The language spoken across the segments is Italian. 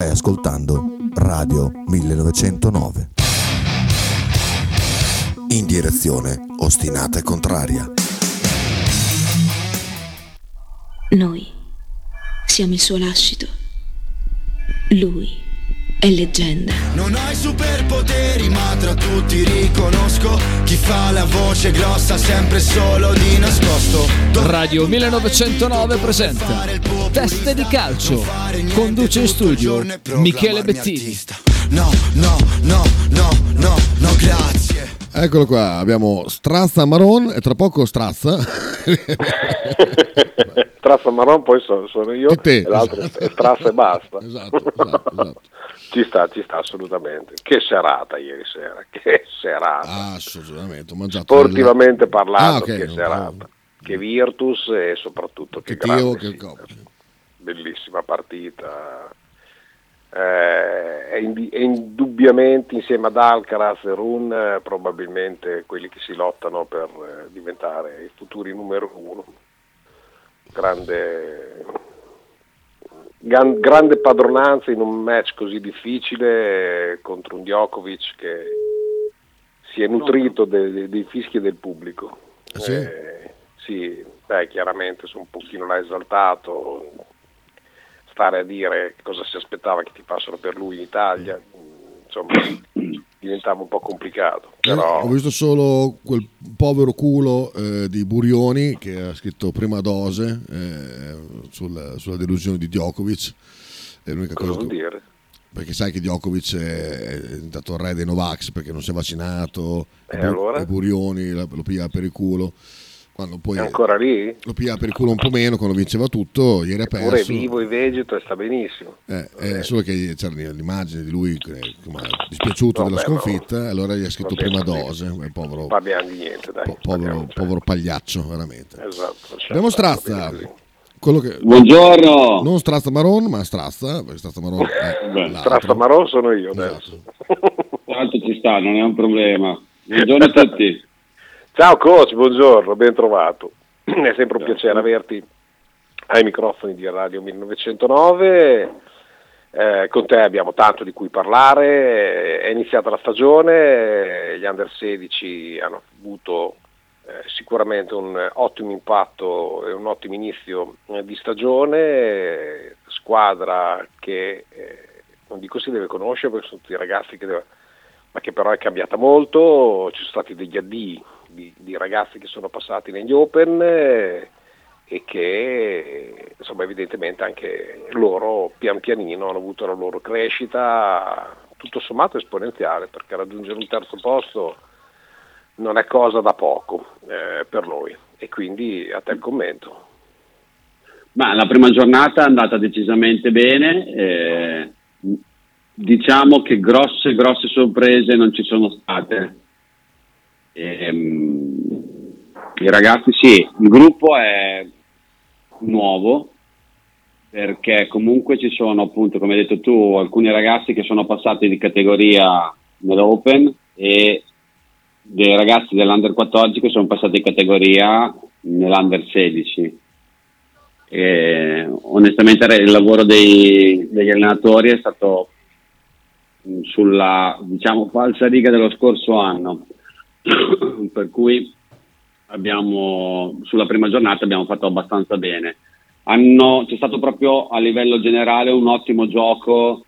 Stai ascoltando Radio 1909. In direzione ostinata e contraria. Noi siamo il suo lascito. Lui è leggenda. Non ho i superpoteri, ma tra tutti riconosco chi fa la voce grossa sempre solo di nascosto. Radio 1909 presenta Teste di calcio. Conduce in studio Michele Bettini. No, grazie. Eccolo qua, abbiamo Strazza Maron e tra poco Strazza. Strazza Maron, poi sono io, te, e l'altro esatto. è Strazza e basta. Esatto. Ci sta assolutamente. Che serata ieri sera, che serata. Assolutamente, ho mangiato sportivamente parlando, okay, che serata. Che Virtus e soprattutto che tiro, grande, che bellissima partita. È indubbiamente, insieme ad Alcaraz e Rune, probabilmente quelli che si lottano per diventare i futuri numero uno. Grande padronanza in un match così difficile contro un Djokovic che si è nutrito dei fischi del pubblico. Sì? Sì, chiaramente un pochino l'ha esaltato. Stare a dire cosa si aspettava che ti passano per lui in Italia, insomma, diventava un po' complicato. Però... Ho visto solo quel povero culo di Burioni che ha scritto prima dose sulla delusione di Djokovic. È l'unica cosa cosa vuol dire? Perché sai che Djokovic è diventato il re dei Novax perché non si è vaccinato, allora? e Burioni lo piglia per il culo. Quando poi è ancora lì? Lo piglia per il culo un po' meno quando vinceva tutto. Ieri ha perso. Eppure è vivo e vegeto e sta benissimo. Solo che c'era l'immagine di lui dispiaciuto della sconfitta, allora gli ha scritto prima dose. Povero, parliamo di niente, dai. Povero pagliaccio, veramente. Esatto. Abbiamo Strazza. Buongiorno. Non Strazza Maron, ma Strazza, perché Strazza Maron Strazza Maron sono io adesso. Tanto ci sta, non è un problema. Buongiorno a tutti. Ciao coach, buongiorno, ben trovato. È sempre un piacere averti ai microfoni di Radio 1909. Con te abbiamo tanto di cui parlare. È iniziata la stagione, gli Under 16 hanno avuto sicuramente un ottimo impatto e un ottimo inizio di stagione. Squadra che non dico si deve conoscere perché sono tutti ragazzi ma che però è cambiata molto. Ci sono stati degli addii di ragazzi che sono passati negli Open e che insomma evidentemente anche loro pian pianino hanno avuto la loro crescita, tutto sommato esponenziale, perché raggiungere un terzo posto non è cosa da poco per noi, e quindi a te il commento. Ma la prima giornata è andata decisamente bene, diciamo che grosse sorprese non ci sono state. I ragazzi sì, il gruppo è nuovo perché comunque ci sono, appunto, come hai detto tu, alcuni ragazzi che sono passati di categoria nell'Open e dei ragazzi dell'Under 14 che sono passati di categoria nell'Under 16. Onestamente il lavoro degli allenatori è stato sulla, diciamo, falsa riga dello scorso anno. Per cui sulla prima giornata abbiamo fatto abbastanza bene. C'è stato proprio a livello generale un ottimo gioco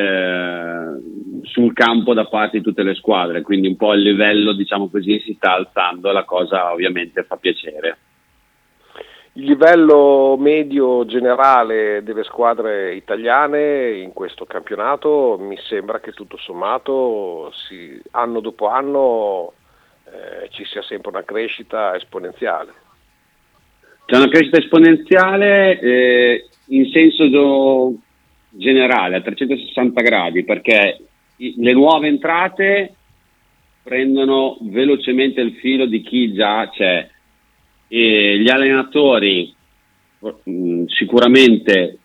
sul campo da parte di tutte le squadre, quindi un po' il livello, diciamo così, si sta alzando, la cosa ovviamente fa piacere. Il livello medio generale delle squadre italiane in questo campionato mi sembra che tutto sommato anno dopo anno ci sia sempre una crescita esponenziale. C'è una crescita esponenziale in senso generale, a 360 gradi, perché le nuove entrate prendono velocemente il filo di chi già c'è, e gli allenatori sicuramente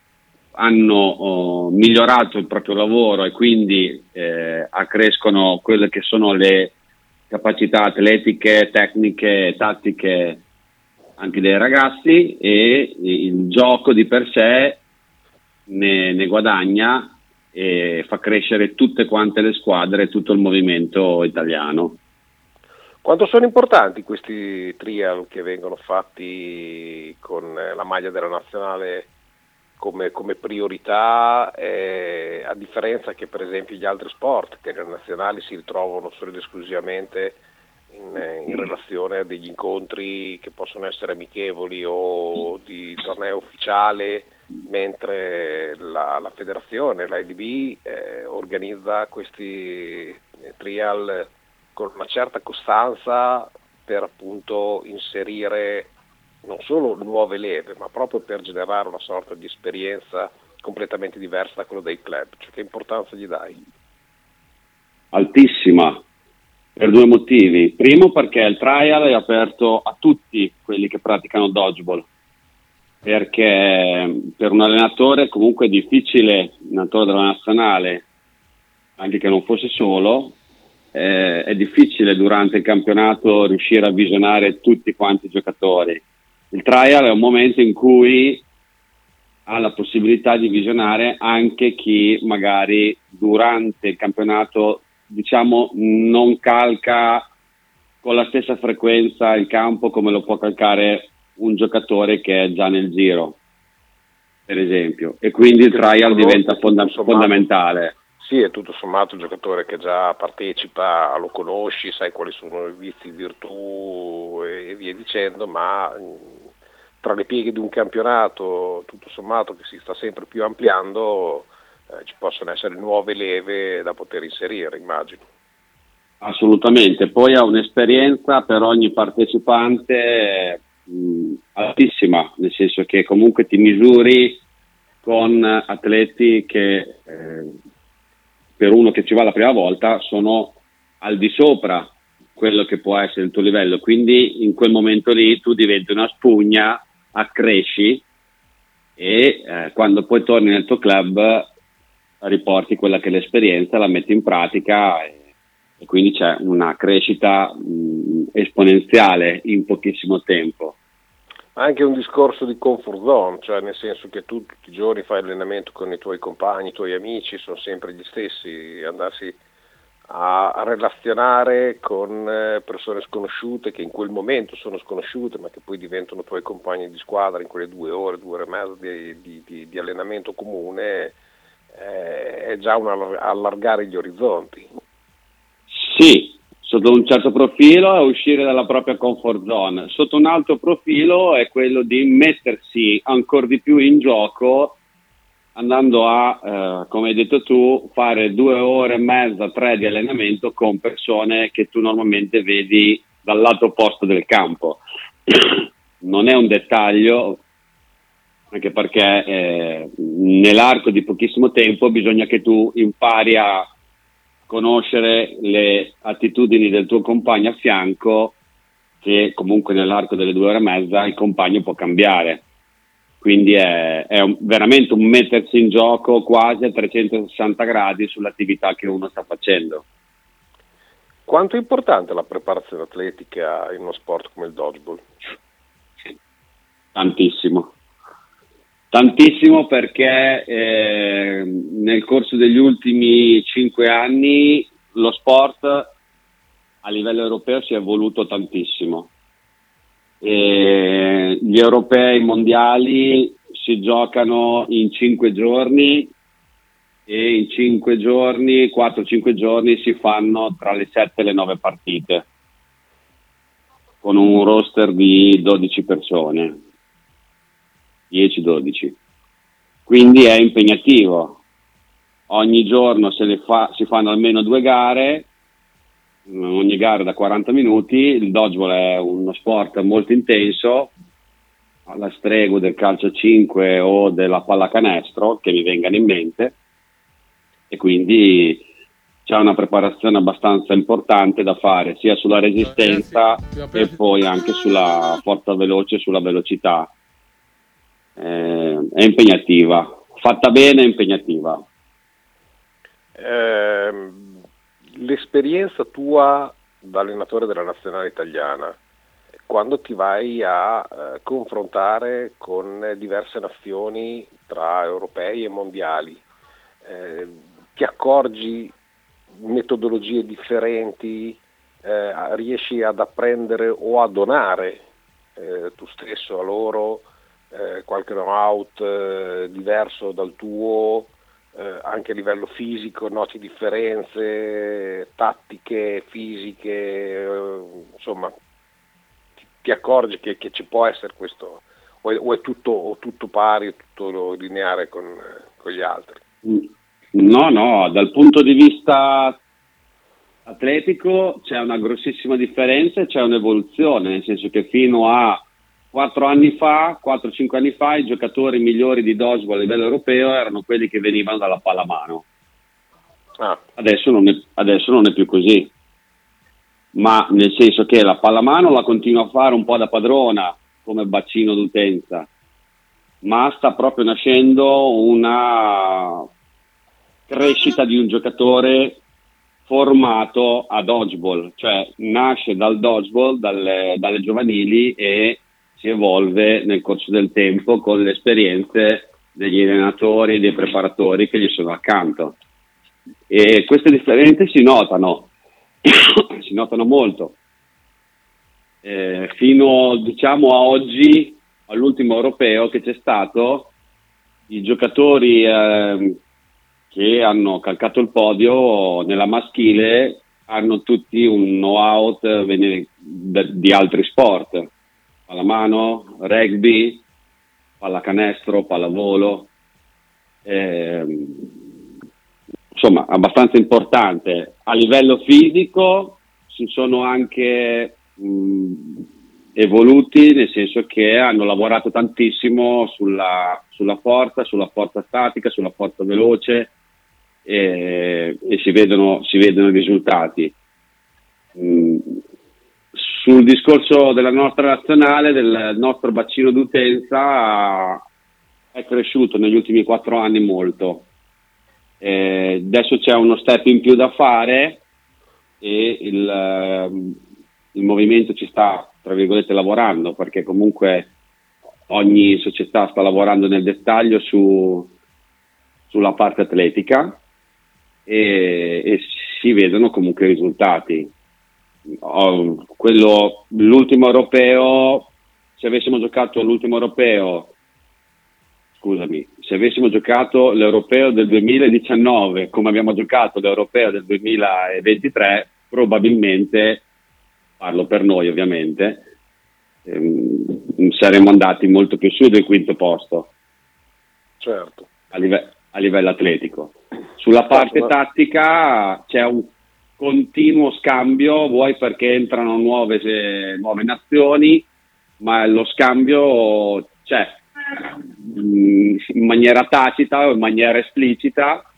hanno migliorato il proprio lavoro e quindi accrescono quelle che sono le capacità atletiche, tecniche, tattiche anche dei ragazzi, e il gioco di per sé ne guadagna, e fa crescere tutte quante le squadre, tutto il movimento italiano. Quanto sono importanti questi trial che vengono fatti con la maglia della nazionale come priorità, a differenza che per esempio gli altri sport che nelle nazionali si ritrovano solo ed esclusivamente in relazione a degli incontri che possono essere amichevoli o di torneo ufficiale, mentre la federazione, l'AIDB, organizza questi trial con una certa costanza per appunto inserire non solo nuove leve, ma proprio per generare una sorta di esperienza completamente diversa da quello dei club. Cioè, che importanza gli dai? Altissima, per due motivi. Primo, perché il trial è aperto a tutti quelli che praticano dodgeball, perché per un allenatore comunque è difficile, un allenatore della nazionale, anche che non fosse solo, è difficile durante il campionato riuscire a visionare tutti quanti i giocatori. Il trial è un momento in cui ha la possibilità di visionare anche chi magari durante il campionato, diciamo, non calca con la stessa frequenza il campo come lo può calcare un giocatore che è già nel giro, per esempio, e quindi il trial diventa fondamentale. Sì, è tutto sommato un giocatore che già partecipa, lo conosci, sai quali sono i vizi, virtù e via dicendo, ma tra le pieghe di un campionato, tutto sommato, che si sta sempre più ampliando, ci possono essere nuove leve da poter inserire, immagino. Assolutamente, poi ha un'esperienza per ogni partecipante altissima, nel senso che comunque ti misuri con atleti che per uno che ci va la prima volta sono al di sopra quello che può essere il tuo livello, quindi in quel momento lì tu diventi una spugna, accresci e quando poi torni nel tuo club riporti quella che è l'esperienza, la metti in pratica e quindi c'è una crescita esponenziale in pochissimo tempo. Anche un discorso di comfort zone, cioè nel senso che tu tutti i giorni fai allenamento con i tuoi compagni, i tuoi amici, sono sempre gli stessi, andarsi a relazionare con persone sconosciute che in quel momento sono sconosciute ma che poi diventano tuoi compagni di squadra in quelle 2 ore e mezza di allenamento comune, è già un allargare gli orizzonti. Sì, sotto un certo profilo è uscire dalla propria comfort zone, sotto un altro profilo è quello di mettersi ancora di più in gioco, andando a, come hai detto tu, fare 2 ore e mezza, 3 di allenamento con persone che tu normalmente vedi dal lato opposto del campo. Non è un dettaglio, anche perché nell'arco di pochissimo tempo bisogna che tu impari a conoscere le attitudini del tuo compagno a fianco, che comunque nell'arco delle 2 ore e mezza il compagno può cambiare. Quindi è veramente un mettersi in gioco quasi a 360 gradi sull'attività che uno sta facendo. Quanto è importante la preparazione atletica in uno sport come il dodgeball? Tantissimo perché nel corso degli ultimi 5 anni lo sport a livello europeo si è evoluto tantissimo. Gli europei mondiali si giocano in 5 giorni e in 5 giorni, 4-5 giorni si fanno tra le 7 e le 9 partite con un roster di 12 persone, 10-12, quindi è impegnativo. Ogni giorno si fanno almeno 2 gare, ogni gara da 40 minuti. Il dodgeball è uno sport molto intenso, alla stregua del calcio a 5 o della pallacanestro che mi vengano in mente, e quindi c'è una preparazione abbastanza importante da fare sia sulla resistenza e poi anche sulla forza veloce e sulla velocità. È impegnativa, fatta bene, è impegnativa. L'esperienza tua da allenatore della nazionale italiana, quando ti vai a confrontare con diverse nazioni tra europei e mondiali, ti accorgi metodologie differenti, riesci ad apprendere o a donare tu stesso a loro qualche know-how diverso dal tuo, anche a livello fisico, noti differenze tattiche, fisiche, insomma ti accorgi che ci può essere questo, o è tutto pari, tutto lineare con gli altri? No, dal punto di vista atletico c'è una grossissima differenza e c'è un'evoluzione, nel senso che fino a 4-5 anni fa i giocatori migliori di dodgeball a livello europeo erano quelli che venivano dalla pallamano. Adesso non è più così, ma nel senso che la pallamano la continua a fare un po' da padrona come bacino d'utenza, ma sta proprio nascendo una crescita di un giocatore formato a dodgeball, cioè nasce dal dodgeball, dalle giovanili e si evolve nel corso del tempo con le esperienze degli allenatori e dei preparatori che gli sono accanto. E queste differenze si notano molto. Fino diciamo a oggi, all'ultimo europeo che c'è stato, i giocatori che hanno calcato il podio nella maschile hanno tutti un know-how di altri sport: pallamano, rugby, pallacanestro, pallavolo, insomma abbastanza importante. A livello fisico si sono anche evoluti, nel senso che hanno lavorato tantissimo sulla forza statica, sulla forza veloce, e si vedono i risultati. Sul discorso della nostra nazionale, del nostro bacino d'utenza, è cresciuto negli ultimi 4 anni molto. Adesso c'è uno step in più da fare e il movimento ci sta, tra virgolette, lavorando, perché comunque ogni società sta lavorando nel dettaglio sulla parte atletica e si vedono comunque i risultati. L'ultimo europeo, se avessimo giocato l'europeo del 2019 come abbiamo giocato l'europeo del 2023, probabilmente, parlo per noi ovviamente, saremmo andati molto più su del quinto posto. Certo. A livello atletico. Sulla parte tattica c'è un continuo scambio, vuoi perché entrano nuove nazioni, ma lo scambio c'è in maniera tacita o in maniera esplicita,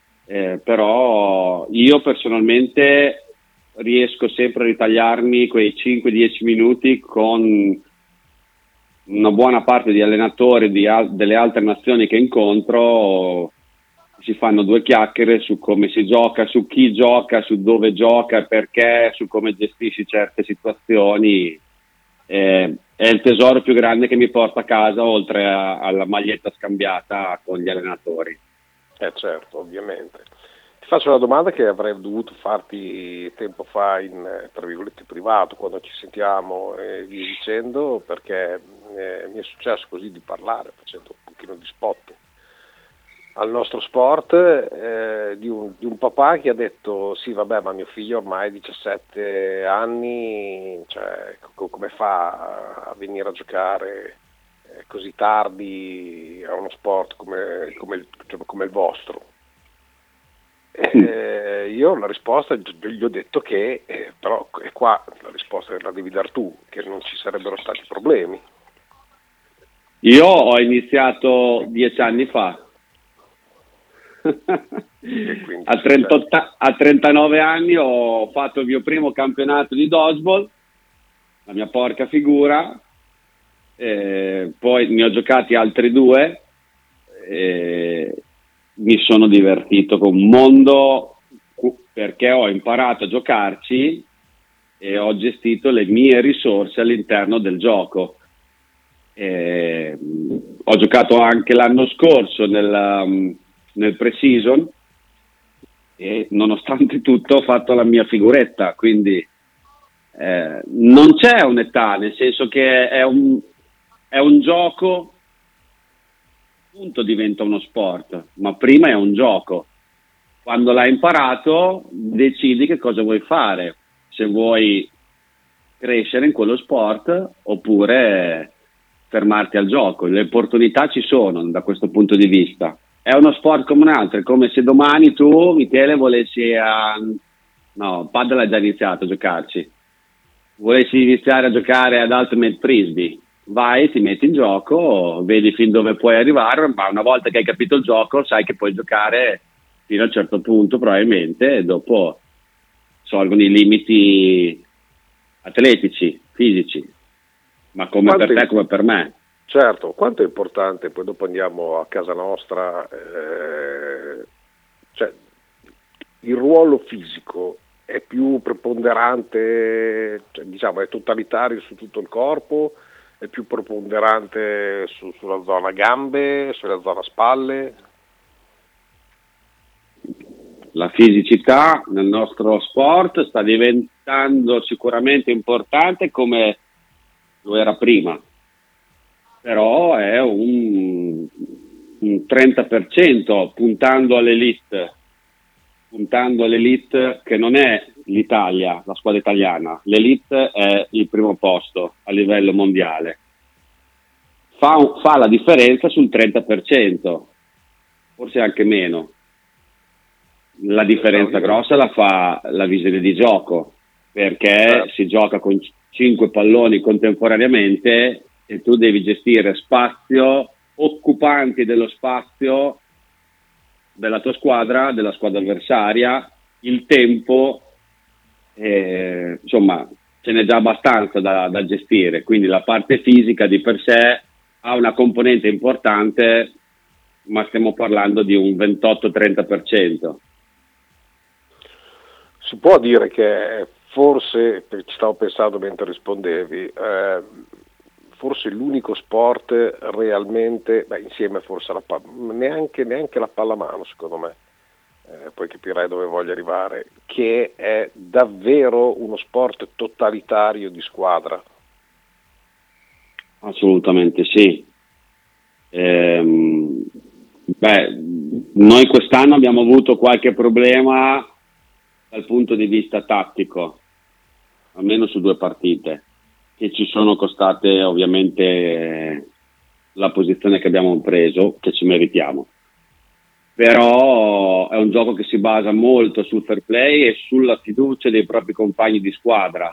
però io personalmente riesco sempre a ritagliarmi quei 5-10 minuti con una buona parte di allenatori delle altre nazioni che incontro. Si fanno 2 chiacchiere su come si gioca, su chi gioca, su dove gioca, perché, su come gestisci certe situazioni. È il tesoro più grande che mi porto a casa, oltre alla maglietta scambiata con gli allenatori. Certo, ovviamente. Ti faccio una domanda che avrei dovuto farti tempo fa in, tra virgolette, privato, quando ci sentiamo e via dicendo, perché mi è successo così di parlare, facendo un pochino di spot al nostro sport, di un papà che ha detto: sì, vabbè, ma mio figlio ormai ha 17 anni, cioè come fa a venire a giocare così tardi a uno sport come il vostro? Io la risposta gli ho detto che però è qua la risposta che la devi dar tu, che non ci sarebbero stati problemi. Io ho iniziato 10 anni fa. A 39 anni ho fatto il mio primo campionato di dodgeball, la mia porca figura, poi ne ho giocati altri 2, mi sono divertito con un mondo, perché ho imparato a giocarci e ho gestito le mie risorse all'interno del gioco. Ho giocato anche l'anno scorso nel nel pre-season e nonostante tutto ho fatto la mia figuretta, quindi non c'è un'età, nel senso che è un gioco, appunto diventa uno sport, ma prima è un gioco. Quando l'hai imparato decidi che cosa vuoi fare, se vuoi crescere in quello sport oppure fermarti al gioco. Le opportunità ci sono da questo punto di vista. È uno sport come un altro, è come se domani tu, Michele, volessi Padel ha già iniziato a giocarci, volessi iniziare a giocare ad Ultimate Frisbee, vai, ti metti in gioco, vedi fin dove puoi arrivare, ma una volta che hai capito il gioco sai che puoi giocare fino a un certo punto probabilmente, e dopo sorgono i limiti atletici, fisici, ma come per te come per me. Certo, quanto è importante, poi dopo andiamo a casa nostra, cioè il ruolo fisico è più preponderante, cioè, diciamo è totalitario su tutto il corpo, è più preponderante sulla zona gambe, sulla zona spalle? La fisicità nel nostro sport sta diventando sicuramente importante come lo era prima, però è un 30% puntando all'elite che non è l'Italia, la squadra italiana, l'elite è il primo posto a livello mondiale, fa la differenza sul 30%, forse anche meno. La differenza grossa la fa la visione di gioco, perché si gioca con 5 palloni contemporaneamente e tu devi gestire spazio, occupanti dello spazio della tua squadra, della squadra avversaria, il tempo, insomma ce n'è già abbastanza da gestire, quindi la parte fisica di per sé ha una componente importante, ma stiamo parlando di un 28-30%. Si può dire che forse, perché ci stavo pensando mentre rispondevi, forse l'unico sport realmente, insieme forse alla neanche la pallamano secondo me, poi capirai dove voglio arrivare, che è davvero uno sport totalitario di squadra. Assolutamente sì. Noi quest'anno abbiamo avuto qualche problema dal punto di vista tattico, almeno su 2 partite, che ci sono costate ovviamente la posizione che abbiamo preso, che ci meritiamo. Però è un gioco che si basa molto sul fair play e sulla fiducia dei propri compagni di squadra.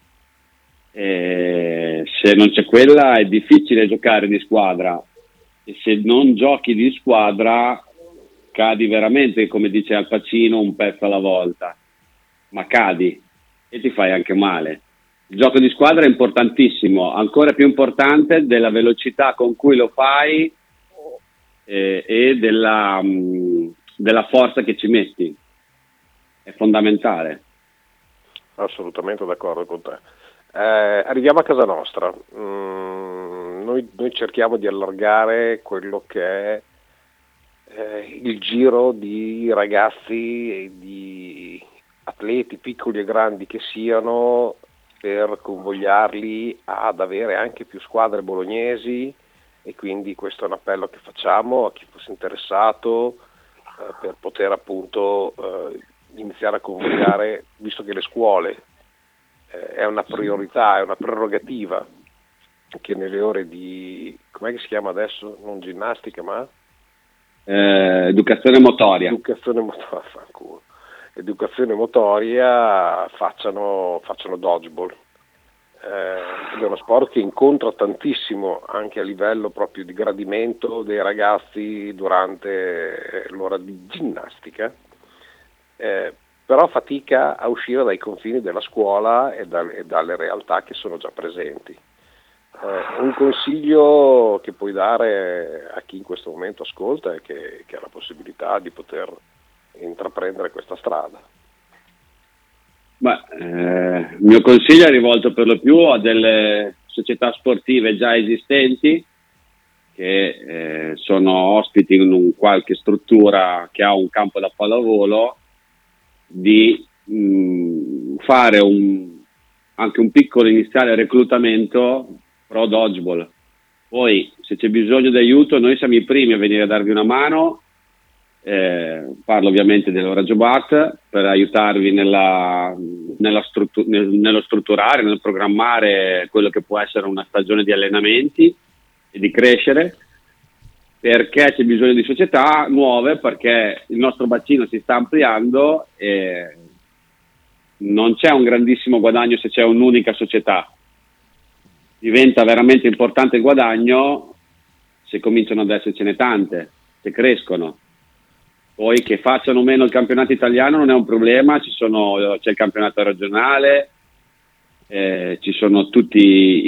Se non c'è quella è difficile giocare di squadra, e se non giochi di squadra cadi veramente, come dice Al Pacino, un pezzo alla volta, ma cadi e ti fai anche male. Il gioco di squadra è importantissimo, ancora più importante della velocità con cui lo fai e della forza che ci metti, è fondamentale. Assolutamente d'accordo con te. Arriviamo a casa nostra. Noi cerchiamo di allargare quello che è il giro di ragazzi e di atleti piccoli e grandi che siano, per convogliarli ad avere anche più squadre bolognesi, e quindi questo è un appello che facciamo a chi fosse interessato per poter appunto iniziare a convogliare, visto che le scuole è una priorità, è una prerogativa che nelle ore di, com'è che si chiama adesso? Non ginnastica ma? Educazione motoria. Educazione motoria facciano dodgeball. È uno sport che incontra tantissimo anche a livello proprio di gradimento dei ragazzi durante l'ora di ginnastica, però fatica a uscire dai confini della scuola e dalle realtà che sono già presenti. Un consiglio che puoi dare a chi in questo momento ascolta è che ha la possibilità di poter intraprendere questa strada. Il mio consiglio è rivolto per lo più a delle società sportive già esistenti che sono ospiti in qualche struttura che ha un campo da pallavolo, di fare anche un piccolo iniziale reclutamento pro dodgeball. Poi se c'è bisogno di aiuto noi siamo i primi a venire a darvi una mano, parlo ovviamente dell'Eurajobat, per aiutarvi nello strutturare, nel programmare quello che può essere una stagione di allenamenti e di crescere, perché c'è bisogno di società nuove, perché il nostro bacino si sta ampliando e non c'è un grandissimo guadagno se c'è un'unica società. Diventa veramente importante il guadagno se cominciano ad essercene tante, se crescono. Poi che facciano meno il campionato italiano non è un problema, c'è il campionato regionale, ci sono tutti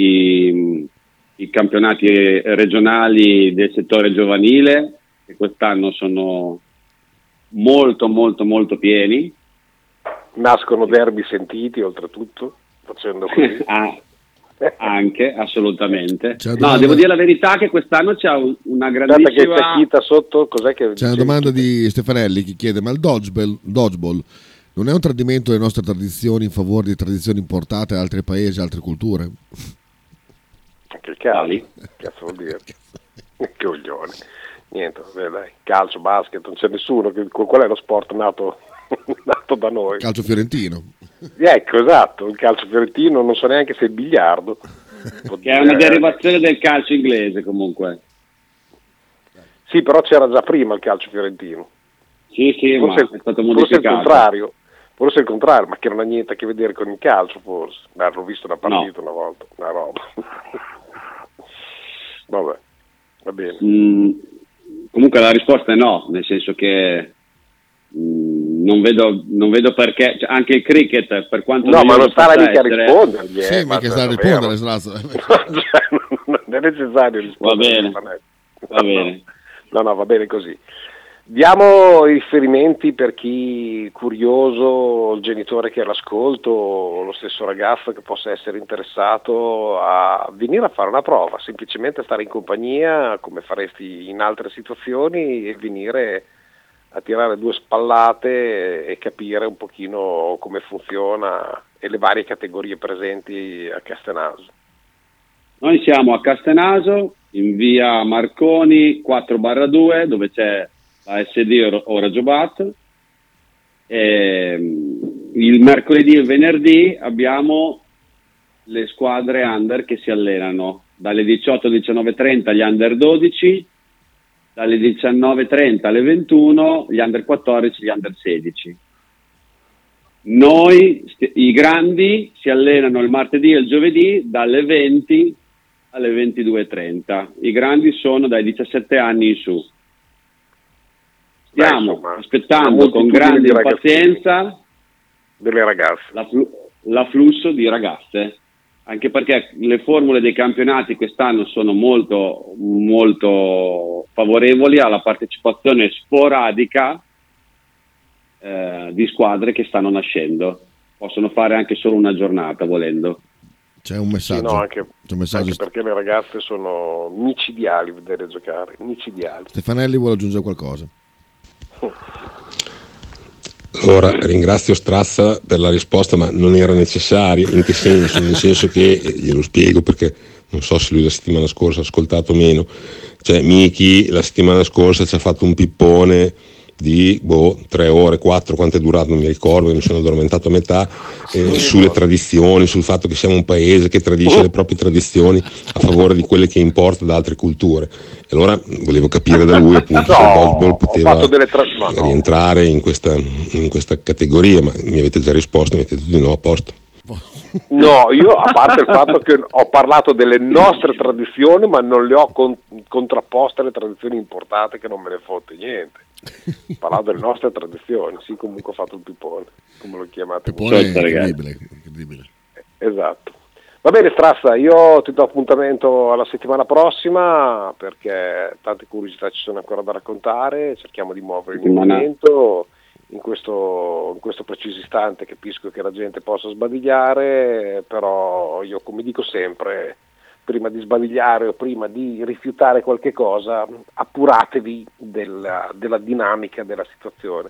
i campionati regionali del settore giovanile, che quest'anno sono molto molto molto pieni. Nascono derby sentiti oltretutto, facendo così. Anche, assolutamente. Devo dire la verità che quest'anno c'è una grandissima... Che c'è Chita sotto, cos'è che... C'è una domanda di Stefanelli che chiede: ma il dodgeball non è un tradimento delle nostre tradizioni in favore di tradizioni importate da altri paesi, altre culture? Che cazzo vuol dire? Che coglione. Niente, vabbè, dai. Calcio, basket, non c'è nessuno. Qual è lo sport nato da noi? Calcio fiorentino. Ecco, esatto, il calcio fiorentino, non so neanche se è il biliardo. Che è una derivazione del calcio inglese comunque. Sì, però c'era già prima il calcio fiorentino. Sì, forse, ma è stato modificato. Forse il contrario, ma che non ha niente a che vedere con il calcio, forse. L'ho visto una partita una volta, una roba. Vabbè, va bene. Comunque la risposta è no, nel senso che non vedo perché, cioè, anche il cricket, per quanto no, ma non sta lì a rispondergli. Sì, ma che sta a rispondere, non è necessario rispondere. Va bene. No, va bene così. Diamo i riferimenti per chi curioso, il genitore che è all'ascolto, o lo stesso ragazzo che possa essere interessato a venire a fare una prova, semplicemente stare in compagnia come faresti in altre situazioni e venire a tirare due spallate e capire un pochino come funziona e le varie categorie presenti a Castenaso. Noi siamo a Castenaso, in via Marconi 4/2, dove c'è la SD Eurajobat. Il mercoledì e il venerdì abbiamo le squadre under che si allenano dalle 18 alle 19:30 gli under 12, dalle 19:30 alle 21 gli under 14, gli under 16. Noi, i grandi, si allenano il martedì e il giovedì dalle 20 alle 22:30. I grandi sono dai 17 anni in su. Stiamo aspettando con grande pazienza delle ragazze l'afflusso di ragazze, anche perché le formule dei campionati quest'anno sono molto molto favorevoli alla partecipazione sporadica di squadre che stanno nascendo. Possono fare anche solo una giornata volendo. C'è un messaggio. Sì, no, anche perché le ragazze sono micidiali vedere giocare, micidiali. Stefanelli vuole aggiungere qualcosa. Allora, ringrazio Strazza per la risposta, ma non era necessaria. In che senso? Nel senso che, glielo spiego perché non so se lui la settimana scorsa ha ascoltato o meno, cioè Miki la settimana scorsa ci ha fatto un pippone di 3 ore, 4, quanto è durato non mi ricordo, mi sono addormentato a metà, sulle tradizioni, sul fatto che siamo un paese che tradisce le proprie tradizioni a favore di quelle che importa da altre culture. E allora volevo capire da lui appunto se il dodgeball poteva rientrare in questa categoria, ma mi avete già risposto, mi avete detto di no, a posto. No, io a parte il fatto che ho parlato delle nostre tradizioni, ma non le ho contrapposte alle tradizioni importate, che non me ne fotte niente. Ho parlato delle nostre tradizioni, sì, comunque ho fatto il pippone, come lo chiamate. Pippone incredibile. Esatto. Va bene Strazza, io ti do appuntamento alla settimana prossima, perché tante curiosità ci sono ancora da raccontare, cerchiamo di muovere il movimento. In questo preciso istante capisco che la gente possa sbadigliare, però io, come dico sempre, prima di sbadigliare o prima di rifiutare qualche cosa, appuratevi della dinamica della situazione.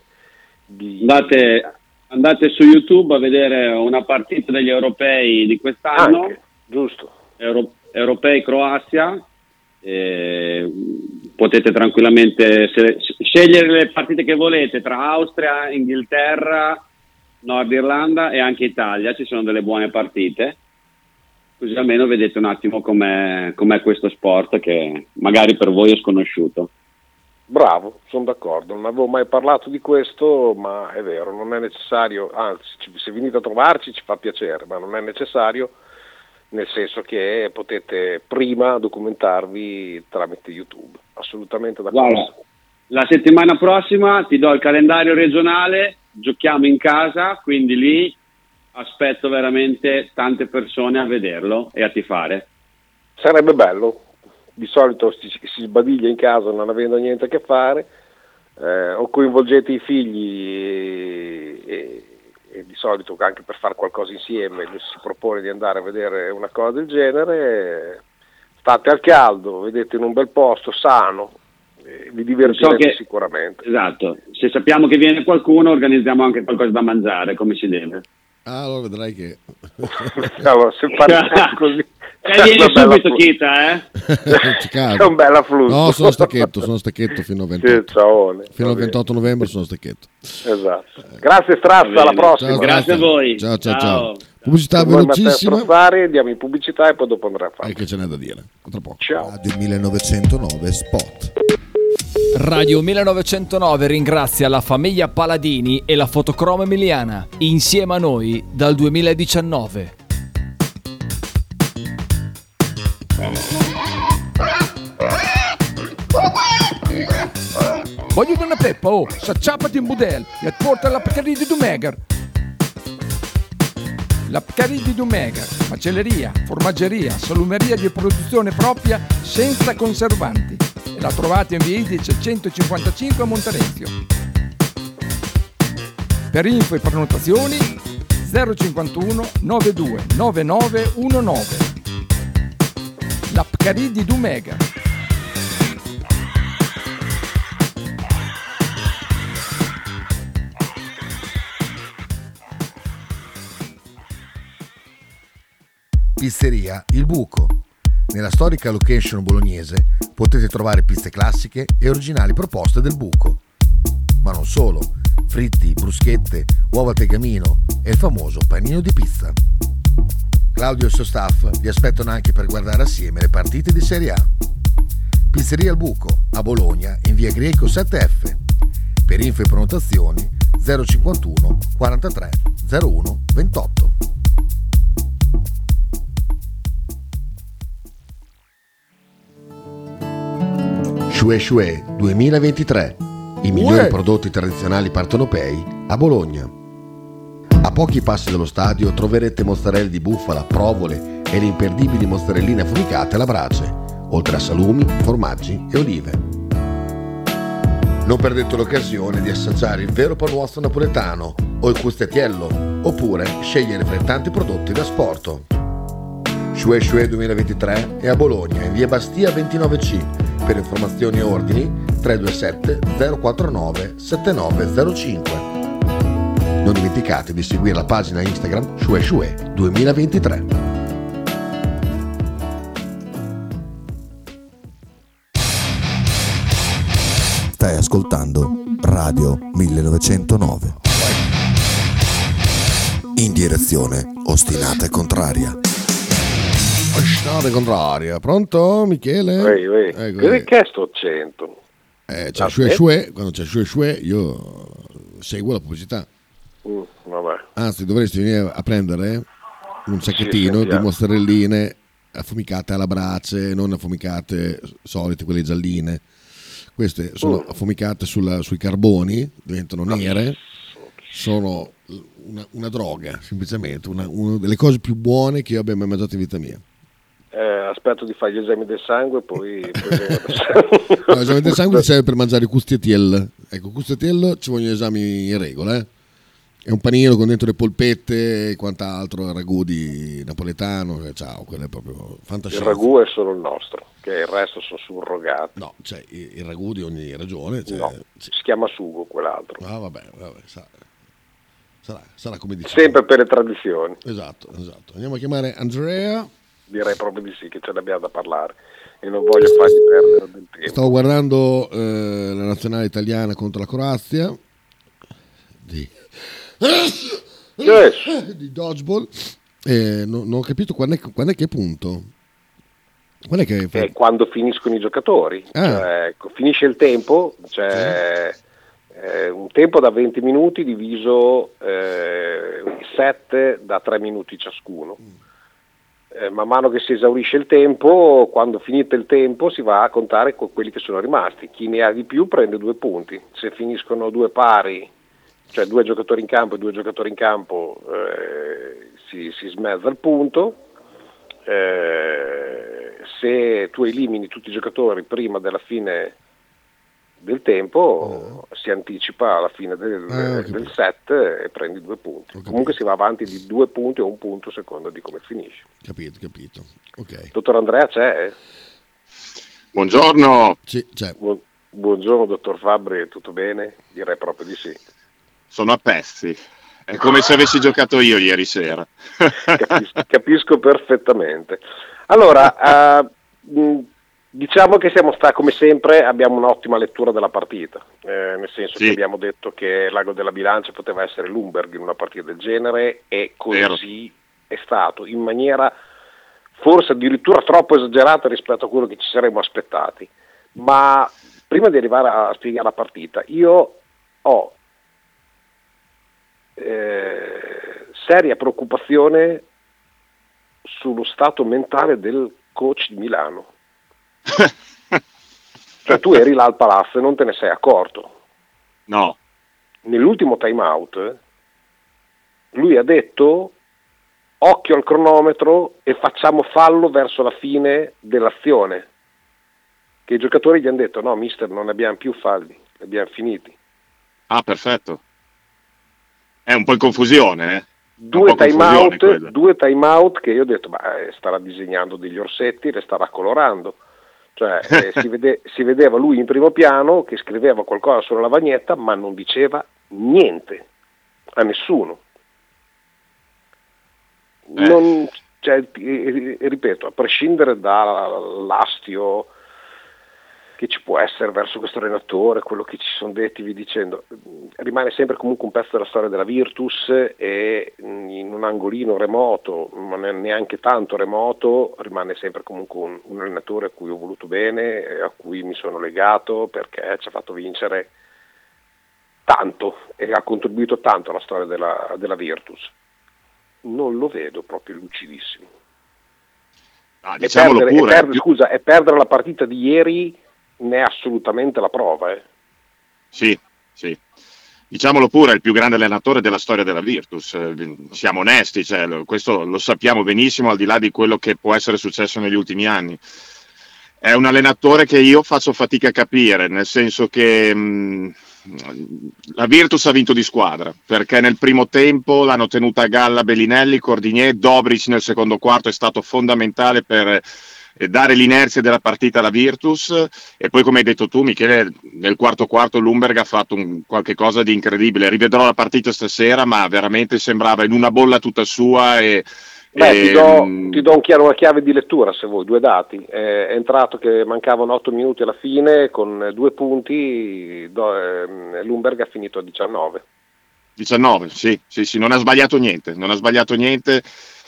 Andate su YouTube a vedere una partita degli europei di quest'anno. Anche, giusto. Europei Croazia. Potete tranquillamente scegliere le partite che volete tra Austria, Inghilterra, Nord Irlanda e anche Italia. Ci sono delle buone partite, così almeno vedete un attimo com'è questo sport che magari per voi è sconosciuto. Bravo, sono d'accordo, non avevo mai parlato di questo, ma è vero, non è necessario, anzi se venite a trovarci ci fa piacere, ma non è necessario, nel senso che potete prima documentarvi tramite YouTube, assolutamente d'accordo. Guarda, la settimana prossima ti do il calendario regionale, giochiamo in casa, quindi lì aspetto veramente tante persone a vederlo e a tifare. Sarebbe bello, di solito si sbadiglia in casa non avendo niente a che fare, o coinvolgete i figli e di solito anche per fare qualcosa insieme si propone di andare a vedere una cosa del genere, state al caldo, vedete in un bel posto sano, vi divertirete sicuramente. Esatto, se sappiamo che viene qualcuno organizziamo anche qualcosa da mangiare come si deve. Allora vedrai che allora se parliamo così vieni subito Chita, è un bel afflusso. No, sono stacchetto fino al 28 fino al 28 novembre sono stacchetto. Esatto. Grazie Strazza, alla prossima. Grazie a voi. Ciao. Pubblicità velocissima. Andiamo in pubblicità e poi dopo andrà a fare. Che ce n'è da dire. Tra poco. Ciao. Radio 1909 Spot. Radio 1909 ringrazia la famiglia Paladini e la Fotocromo Emiliana, insieme a noi dal 2019. Voglio una peppa, s'acciappati in budel e porta la Pcaridi di Dumegar. La Pcaridi di Dumegar, macelleria, formaggeria, salumeria di produzione propria senza conservanti. E la trovate in via Idice 155 a Monterezio. Per info e prenotazioni 051 92 9919. La Pcaridi di Dumegar. Pizzeria Il Buco. Nella storica location bolognese potete trovare pizze classiche e originali proposte del Buco. Ma non solo, fritti, bruschette, uova al tegamino e il famoso panino di pizza. Claudio e il suo staff vi aspettano anche per guardare assieme le partite di Serie A. Pizzeria Il Buco, a Bologna, in via Greco 7F. Per info e prenotazioni 051 43 01 28. Shue Shue 2023. I migliori prodotti tradizionali partenopei a Bologna. A pochi passi dallo stadio troverete mozzarella di bufala, provole e le imperdibili mozzarelline affumicate alla brace, oltre a salumi, formaggi e olive. Non perdete l'occasione di assaggiare il vero panuozzo napoletano o il custettiello, oppure scegliere fra i tanti prodotti da sport. Shue Shue 2023 è a Bologna, in via Bastia 29C. Per informazioni e ordini 327 049 7905. Non dimenticate di seguire la pagina Instagram Shue Shue 2023. Stai ascoltando Radio 1909. In direzione ostinata e contraria. Ostinata e contraria. Pronto Michele? Che è sto accento? C'è Shue, quando c'è Shue io seguo la pubblicità. Vabbè. Anzi, dovresti venire a prendere un sacchettino di mozzarelline affumicate alla brace, non affumicate solite, quelle gialline. Queste sono affumicate sui carboni, diventano nere, sono una droga, semplicemente, una delle cose più buone che io abbia mai mangiato in vita mia. Aspetto di fare gli esami del sangue, poi no, l'esame del sangue serve per mangiare custettiel. Ecco, custettiel ci vogliono esami in regola, È un panino con dentro le polpette e quant'altro, il ragù di napoletano, ciao, quello è proprio fantascienza. Il ragù è solo il nostro, che il resto sono surrogati. No, c'è il ragù di ogni regione. No, si chiama sugo quell'altro. Ah, vabbè, sarà come dici. Sempre per le tradizioni. Esatto. Andiamo a chiamare Andrea. Direi proprio di sì, che ce l'abbiamo da parlare e non voglio fargli perdere del tempo. Stavo guardando la nazionale italiana contro la Croazia di dodgeball e non ho capito quando è che punto. Quando è che è quando finiscono i giocatori, cioè, finisce il tempo, cioè un tempo da 20 minuti diviso 7 da 3 minuti ciascuno. Man mano che si esaurisce il tempo, quando finito il tempo si va a contare con quelli che sono rimasti. Chi ne ha di più prende 2 punti. Se finiscono 2 pari, cioè 2 giocatori in campo e 2 giocatori in campo, si smezza il punto. Se tu elimini tutti i giocatori prima della fine del tempo, si anticipa alla fine del set e prendi 2 punti. Comunque si va avanti di 2 punti o 1 punto a seconda di come finisce. Capito. Okay. Dottor Andrea c'è? Buongiorno. Sì, c'è. Buongiorno dottor Fabbri, tutto bene? Direi proprio di sì. Sono a pezzi. È come se avessi giocato io ieri sera. Capisco perfettamente. Allora, diciamo che siamo stati, come sempre, abbiamo un'ottima lettura della partita, nel senso che abbiamo detto che l'ago della bilancia poteva essere Lumberg in una partita del genere e così è stato, in maniera forse addirittura troppo esagerata rispetto a quello che ci saremmo aspettati. Ma prima di arrivare a spiegare la partita, io ho seria preoccupazione sullo stato mentale del coach di Milano. Cioè tu eri là al palazzo e non te ne sei accorto. No. Nell'ultimo time out lui ha detto occhio al cronometro e facciamo fallo verso la fine dell'azione, che i giocatori gli hanno detto no mister, non ne abbiamo più falli, li abbiamo finiti. Ah, perfetto. È un po' in confusione, eh? 2 time out che io ho detto starà disegnando degli orsetti, le starà colorando, cioè si vedeva lui in primo piano che scriveva qualcosa sulla lavagnetta ma non diceva niente a nessuno. Ripeto, a prescindere dall'astio che ci può essere verso questo allenatore, quello che ci sono detti, vi dicendo, rimane sempre comunque un pezzo della storia della Virtus e in un angolino remoto, non è neanche tanto remoto, rimane sempre comunque un allenatore a cui ho voluto bene, a cui mi sono legato perché ci ha fatto vincere tanto e ha contribuito tanto alla storia della Virtus. Non lo vedo proprio lucidissimo. Diciamolo pure. E perdere la partita di ieri ne è assolutamente la prova. Sì. Diciamolo pure, è il più grande allenatore della storia della Virtus. Siamo onesti, questo lo sappiamo benissimo, al di là di quello che può essere successo negli ultimi anni. È un allenatore che io faccio fatica a capire, nel senso che la Virtus ha vinto di squadra, perché nel primo tempo l'hanno tenuta a galla Bellinelli, Cordinier, Dobric nel secondo quarto è stato fondamentale per dare l'inerzia della partita alla Virtus, e poi come hai detto tu Michele, nel quarto Lumberg ha fatto qualche cosa di incredibile. Rivedrò la partita stasera, ma veramente sembrava in una bolla tutta sua ti do una chiave di lettura se vuoi, 2 dati. È entrato che mancavano 8 minuti alla fine con 2 punti, Lumberg ha finito a 19, sì, non ha sbagliato niente.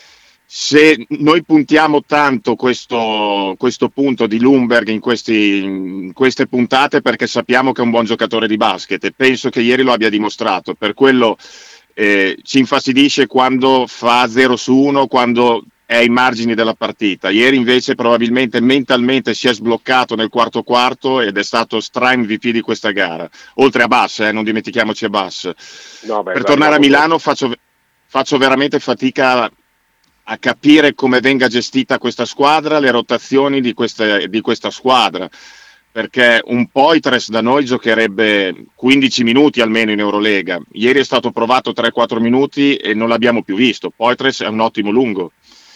Se noi puntiamo tanto questo punto di Lumberg in queste puntate, perché sappiamo che è un buon giocatore di basket e penso che ieri lo abbia dimostrato, per quello ci infastidisce quando fa 0-1, quando è ai margini della partita. Ieri invece probabilmente mentalmente si è sbloccato nel quarto ed è stato MVP di questa gara, oltre a Bass, non dimentichiamoci a Bass. Per tornare a Milano faccio veramente fatica a capire come venga gestita questa squadra, le rotazioni di questa squadra. perché un Poitres da noi giocherebbe 15 minuti almeno in Eurolega. Ieri è stato provato 3-4 minuti e non l'abbiamo più visto. Poitres è un ottimo lungo.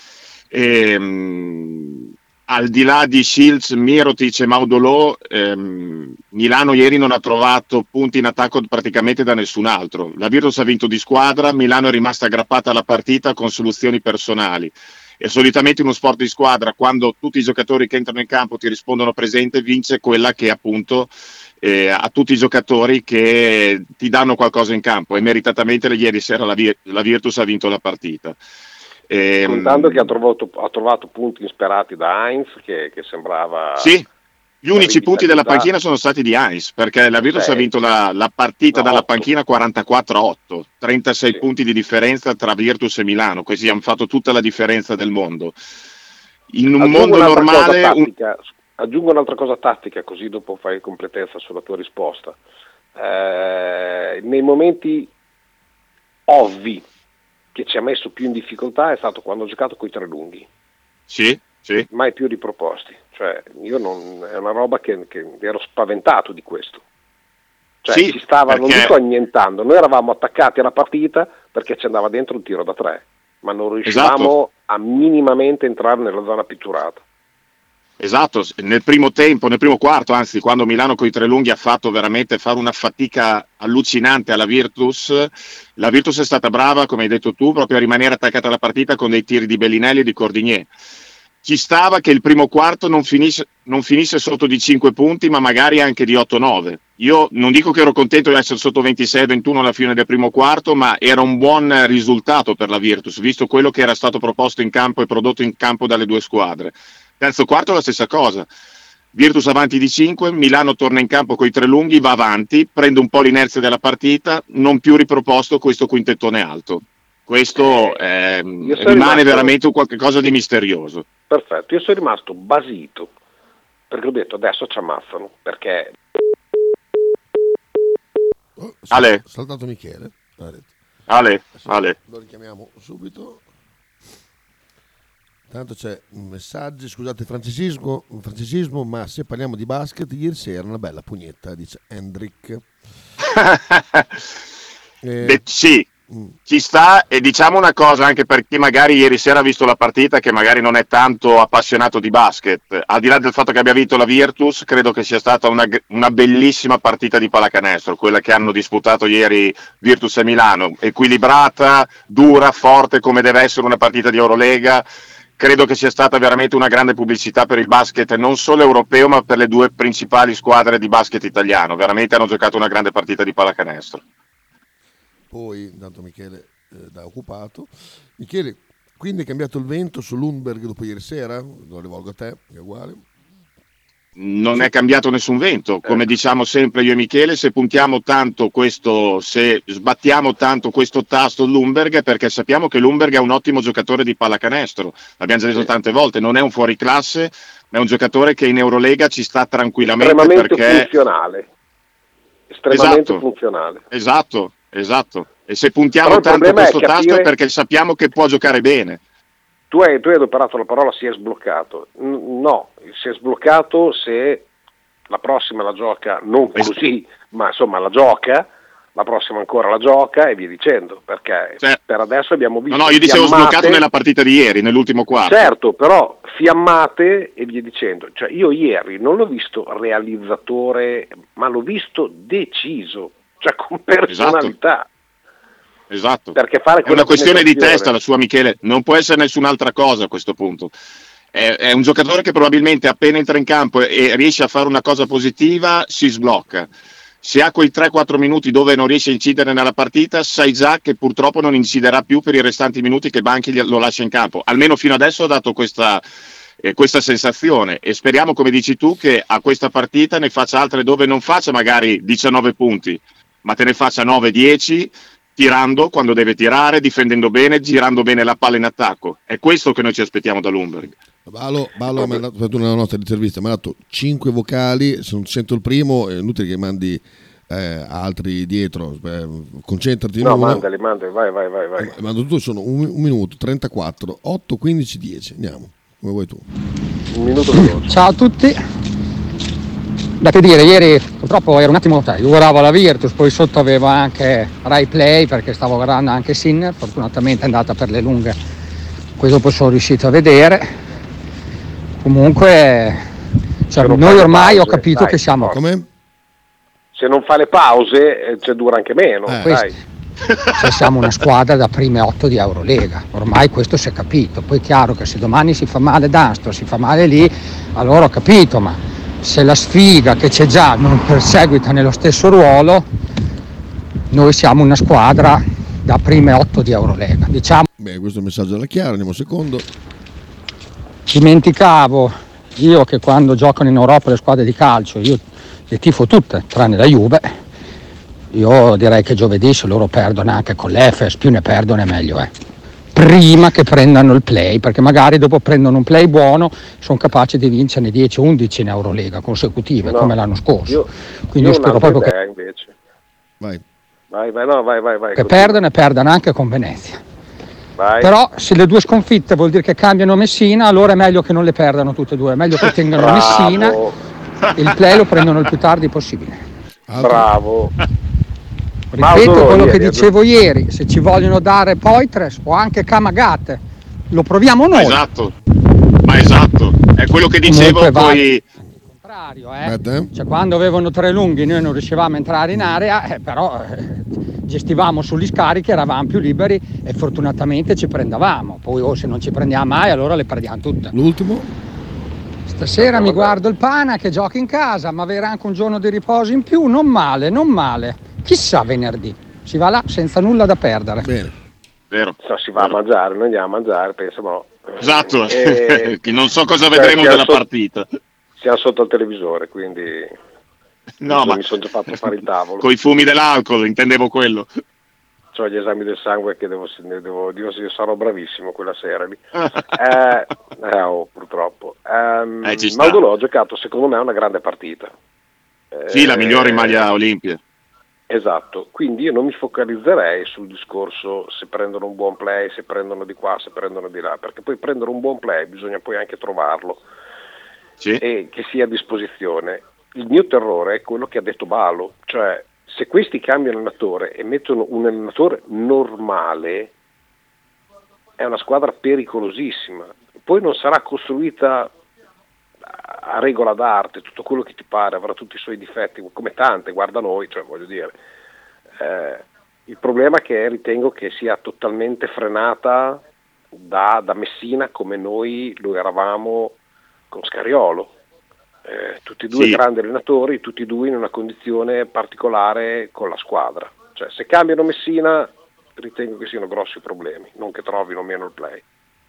Al di là di Shields, Mirotic e Maudolò, Milano ieri non ha trovato punti in attacco praticamente da nessun altro. La Virtus ha vinto di squadra, Milano è rimasta aggrappata alla partita con soluzioni personali. E solitamente in uno sport di squadra, quando tutti i giocatori che entrano in campo ti rispondono presente, vince quella che appunto a tutti i giocatori che ti danno qualcosa in campo, e meritatamente ieri sera la Virtus ha vinto la partita. Contando che ha trovato punti insperati da Heinz, che sembrava... Sì, gli unici punti della panchina sono stati di Heinz, perché la Virtus ha vinto la partita dalla panchina 44-8, 36 punti di differenza tra Virtus e Milano. Questi hanno fatto tutta la differenza del mondo. In un mondo normale... Aggiungo un'altra cosa tattica, così dopo fai completezza sulla tua risposta. Nei momenti ovvi che ci ha messo più in difficoltà è stato quando ha giocato coi tre lunghi. Sì. Mai più riproposti. Cioè, io è una roba che ero spaventato di questo. Cioè, sì, ci stava, perché... non dico annientando, noi eravamo attaccati alla partita perché ci andava dentro un tiro da 3, ma non riuscivamo a minimamente entrare nella zona pitturata. Esatto, nel primo quarto, anzi, quando Milano coi tre lunghi ha fatto veramente fare una fatica allucinante alla Virtus, la Virtus è stata brava, come hai detto tu, proprio a rimanere attaccata alla partita con dei tiri di Bellinelli e di Cordigné. Ci stava che il primo quarto non finisse sotto di 5 punti, ma magari anche di 8-9. Io non dico che ero contento di essere sotto 26-21 alla fine del primo quarto, ma era un buon risultato per la Virtus, visto quello che era stato proposto in campo e prodotto in campo dalle due squadre. Terzo quarto la stessa cosa, Virtus avanti di 5, Milano torna in campo coi tre lunghi, va avanti, prende un po' l'inerzia della partita, non più riproposto questo quintettone alto. Questo rimane veramente un qualche cosa di misterioso. Perfetto, io sono rimasto basito, perché ho detto adesso ci ammazzano, perché... Ale? Saltato Michele. Ale. Lo richiamiamo subito. Tanto c'è un messaggio, scusate francesismo, ma se parliamo di basket, ieri sera una bella pugnetta, dice Hendrik. Sì, ci sta, e diciamo una cosa anche per chi magari ieri sera ha visto la partita, che magari non è tanto appassionato di basket, al di là del fatto che abbia vinto la Virtus, credo che sia stata una bellissima partita di pallacanestro, quella che hanno disputato ieri Virtus e Milano, equilibrata, dura, forte come deve essere una partita di Eurolega. Credo che sia stata veramente una grande pubblicità per il basket, non solo europeo, ma per le due principali squadre di basket italiano. Veramente hanno giocato una grande partita di pallacanestro. Poi, intanto Michele da occupato. Michele, quindi è cambiato il vento sull'Lundberg dopo ieri sera? Lo rivolgo a te, è uguale. Non è cambiato nessun vento, come diciamo sempre io e Michele, se sbattiamo tanto questo tasto Lundberg, perché sappiamo che Lundberg è un ottimo giocatore di pallacanestro, l'abbiamo già detto tante volte, non è un fuoriclasse, ma è un giocatore che in Eurolega ci sta tranquillamente, estremamente funzionale. Esatto, e se puntiamo tanto questo tasto è perché sappiamo che può giocare bene. Tu hai adoperato la parola si è sbloccato. No, si è sbloccato se la prossima la gioca non così, ma insomma la gioca, la prossima ancora la gioca e via dicendo, perché per adesso abbiamo visto... No, io dicevo sbloccato nella partita di ieri, nell'ultimo quarto. Certo, però fiammate e via dicendo. Cioè io ieri non l'ho visto realizzatore, ma l'ho visto deciso, cioè con personalità. Esatto, perché fare è una questione di testa la sua, Michele, non può essere nessun'altra cosa a questo punto. È un giocatore che probabilmente appena entra in campo e riesce a fare una cosa positiva si sblocca. Se ha quei 3-4 minuti dove non riesce a incidere nella partita, sai già che purtroppo non inciderà più per i restanti minuti che Banchi lo lascia in campo. Almeno fino adesso ha dato questa sensazione, e speriamo, come dici tu, che a questa partita ne faccia altre dove non faccia magari 19 punti, ma te ne faccia 9-10, tirando quando deve tirare, difendendo bene, girando bene la palla in attacco. È questo che noi ci aspettiamo da Lundberg. Ballo mi ha dato una nota di intervista, mi ha dato 5 vocali, se non sento il primo è inutile che mandi altri dietro, concentrati in uno. Mandali, vai. Mando tutto, sono 1 minuto 34, 8, 15, 10, andiamo, come vuoi tu. Un minuto veloce. Ciao a tutti. Da che dire, ieri purtroppo ero un attimo, io guardavo la Virtus, poi sotto avevo anche Rai Play perché stavo guardando anche Sinner, fortunatamente è andata per le lunghe, poi dopo sono riuscito a vedere. Comunque, cioè, noi ormai pause, ho capito dai, che siamo... Come? Se non fa le pause, dura anche meno. Dai. Cioè, siamo una squadra da prime 8 di Eurolega, ormai questo si è capito. Poi è chiaro che se domani si fa male Dunstone, si fa male lì, allora ho capito, ma se la sfiga che c'è già non perseguita nello stesso ruolo, noi siamo una squadra da prime 8 di Eurolega, diciamo. Beh, questo messaggio era chiaro, andiamo un secondo. Dimenticavo io che quando giocano in Europa le squadre di calcio, io le tifo tutte, tranne la Juve. Io direi che giovedì se loro perdono anche con l'Efes, più ne perdono e meglio è. Prima che prendano il play, perché magari dopo prendono un play buono, sono capaci di vincerne 10-11 in Eurolega consecutive, come l'anno scorso. Quindi io spero proprio che invece. Vai. Vai. Che perdono e perdano anche con Venezia. Vai. Però se le due sconfitte vuol dire che cambiano Messina, allora è meglio che non le perdano tutte e due, è meglio che tengano Messina e il play lo prendono il più tardi possibile. Bravo. Ripeto quello che dicevo ieri, se ci vogliono dare Poitres o anche Kamagate, lo proviamo noi. Ma esatto, è quello che dicevo poi. Cioè, quando avevano tre lunghi noi non riuscivamo a entrare in area, però gestivamo sugli scarichi, eravamo più liberi e fortunatamente ci prendavamo. Poi se non ci prendiamo mai, allora le perdiamo tutte. L'ultimo? Stasera mi guardo il Pana che gioca in casa, ma avere anche un giorno di riposo in più, non male. Chissà venerdì, si va là senza nulla da perdere. Bene. Vero. Si va a mangiare, noi andiamo a mangiare, penso no. Esatto, non so cosa vedremo della partita. Siamo sotto al televisore, quindi mi sono già fatto fare il tavolo. Coi fumi dell'alcol, intendevo quello. C'ho gli esami del sangue che devo sarò bravissimo quella sera lì. Purtroppo. Maudolo ha giocato secondo me una grande partita. Sì, la migliore in maglia Olimpia. Esatto, quindi io non mi focalizzerei sul discorso se prendono un buon play, se prendono di qua, se prendono di là, perché poi prendere un buon play bisogna poi anche trovarlo e che sia a disposizione. Il mio terrore è quello che ha detto Balo, cioè se questi cambiano allenatore e mettono un allenatore normale è una squadra pericolosissima, poi non sarà costruita a regola d'arte, tutto quello che ti pare, avrà tutti i suoi difetti, come tante, guarda noi, cioè voglio dire, il problema è che ritengo che sia totalmente frenata da Messina come noi lo eravamo con Scariolo, tutti e due grandi allenatori, tutti e due in una condizione particolare con la squadra, cioè se cambiano Messina ritengo che siano grossi problemi, non che trovino meno il play.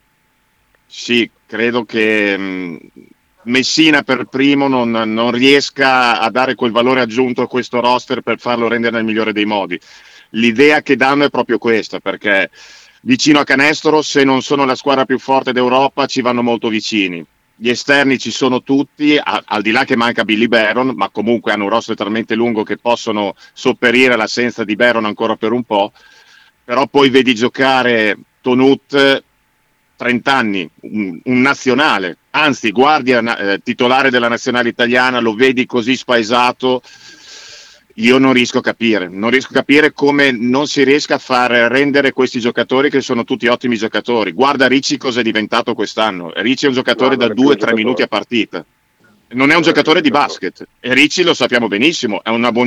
Sì, credo che Messina per primo non riesca a dare quel valore aggiunto a questo roster per farlo rendere nel migliore dei modi. L'idea che danno è proprio questa, perché vicino a canestro, se non sono la squadra più forte d'Europa, ci vanno molto vicini. Gli esterni ci sono tutti, al di là che manca Billy Baron, ma comunque hanno un roster talmente lungo che possono sopperire all'assenza di Baron ancora per un po', però poi vedi giocare Tonut 30 anni, un nazionale, anzi guardia titolare della nazionale italiana, lo vedi così spaesato, io non riesco a capire come non si riesca a far rendere questi giocatori che sono tutti ottimi giocatori. Guarda Ricci cosa è diventato quest'anno, Ricci è un giocatore da 2-3 minuti a partita, non è un giocatore di basket, e Ricci lo sappiamo benissimo, è una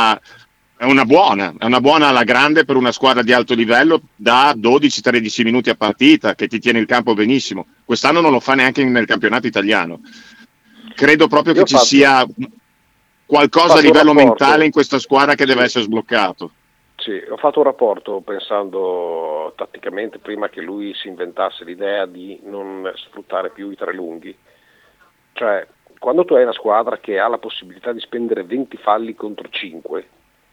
buona alla grande per una squadra di alto livello da 12-13 minuti a partita che ti tiene il campo benissimo. Quest'anno non lo fa neanche nel campionato italiano. Credo proprio che ci sia qualcosa a livello mentale in questa squadra che deve essere sbloccato. Sì, ho fatto un rapporto pensando tatticamente prima che lui si inventasse l'idea di non sfruttare più i tre lunghi. Cioè, quando tu hai una squadra che ha la possibilità di spendere 20 falli contro 5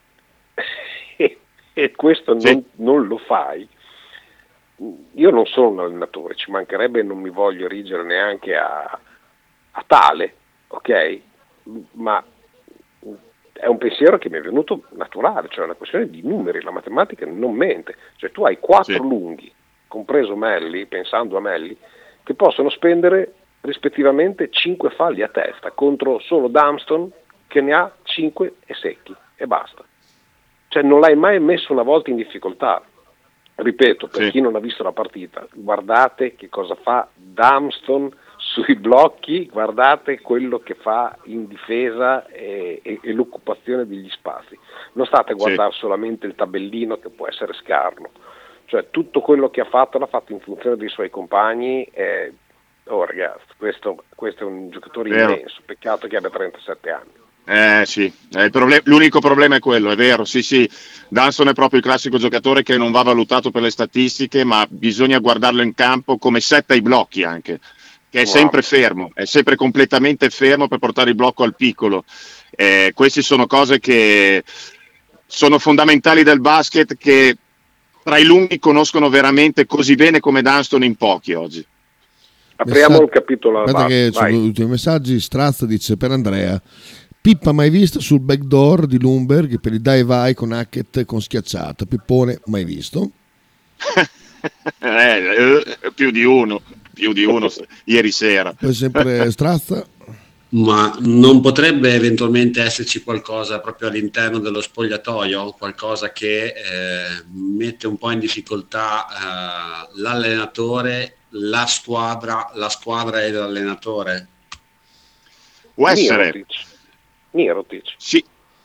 e questo non lo fai, io non sono un allenatore, ci mancherebbe, non mi voglio erigere neanche a tale, ok? Ma è un pensiero che mi è venuto naturale, cioè è una questione di numeri, la matematica non mente, cioè tu hai 4 lunghi, compreso Melli, pensando a Melli, che possono spendere rispettivamente 5 falli a testa contro solo Dunston che ne ha 5 e secchi e basta. Cioè non l'hai mai messo una volta in difficoltà. Ripeto, per chi non ha visto la partita, guardate che cosa fa Dunston sui blocchi, guardate quello che fa in difesa e l'occupazione degli spazi. Non state a guardare solamente il tabellino che può essere scarno, cioè tutto quello che ha fatto l'ha fatto in funzione dei suoi compagni. Ragazzi, questo è un giocatore immenso, peccato che abbia 37 anni. L'unico problema è quello, è vero, sì. Dunston è proprio il classico giocatore che non va valutato per le statistiche, ma bisogna guardarlo in campo come setta ai blocchi anche, che è sempre fermo, è sempre completamente fermo per portare il blocco al piccolo. Queste sono cose che sono fondamentali del basket, che tra i lunghi conoscono veramente così bene come Dunston in pochi oggi. Apriamo il capitolo. Guarda che sono gli ultimi messaggi. Strazza dice per Andrea: Pippa mai vista sul backdoor di Lumberg per il dai vai con Hackett con schiacciata? Pippone mai visto? Più di uno ieri sera. Poi sempre Strazza. Ma non potrebbe eventualmente esserci qualcosa proprio all'interno dello spogliatoio, qualcosa che mette un po' in difficoltà l'allenatore, la squadra e l'allenatore? Può essere Mirotic. Sì.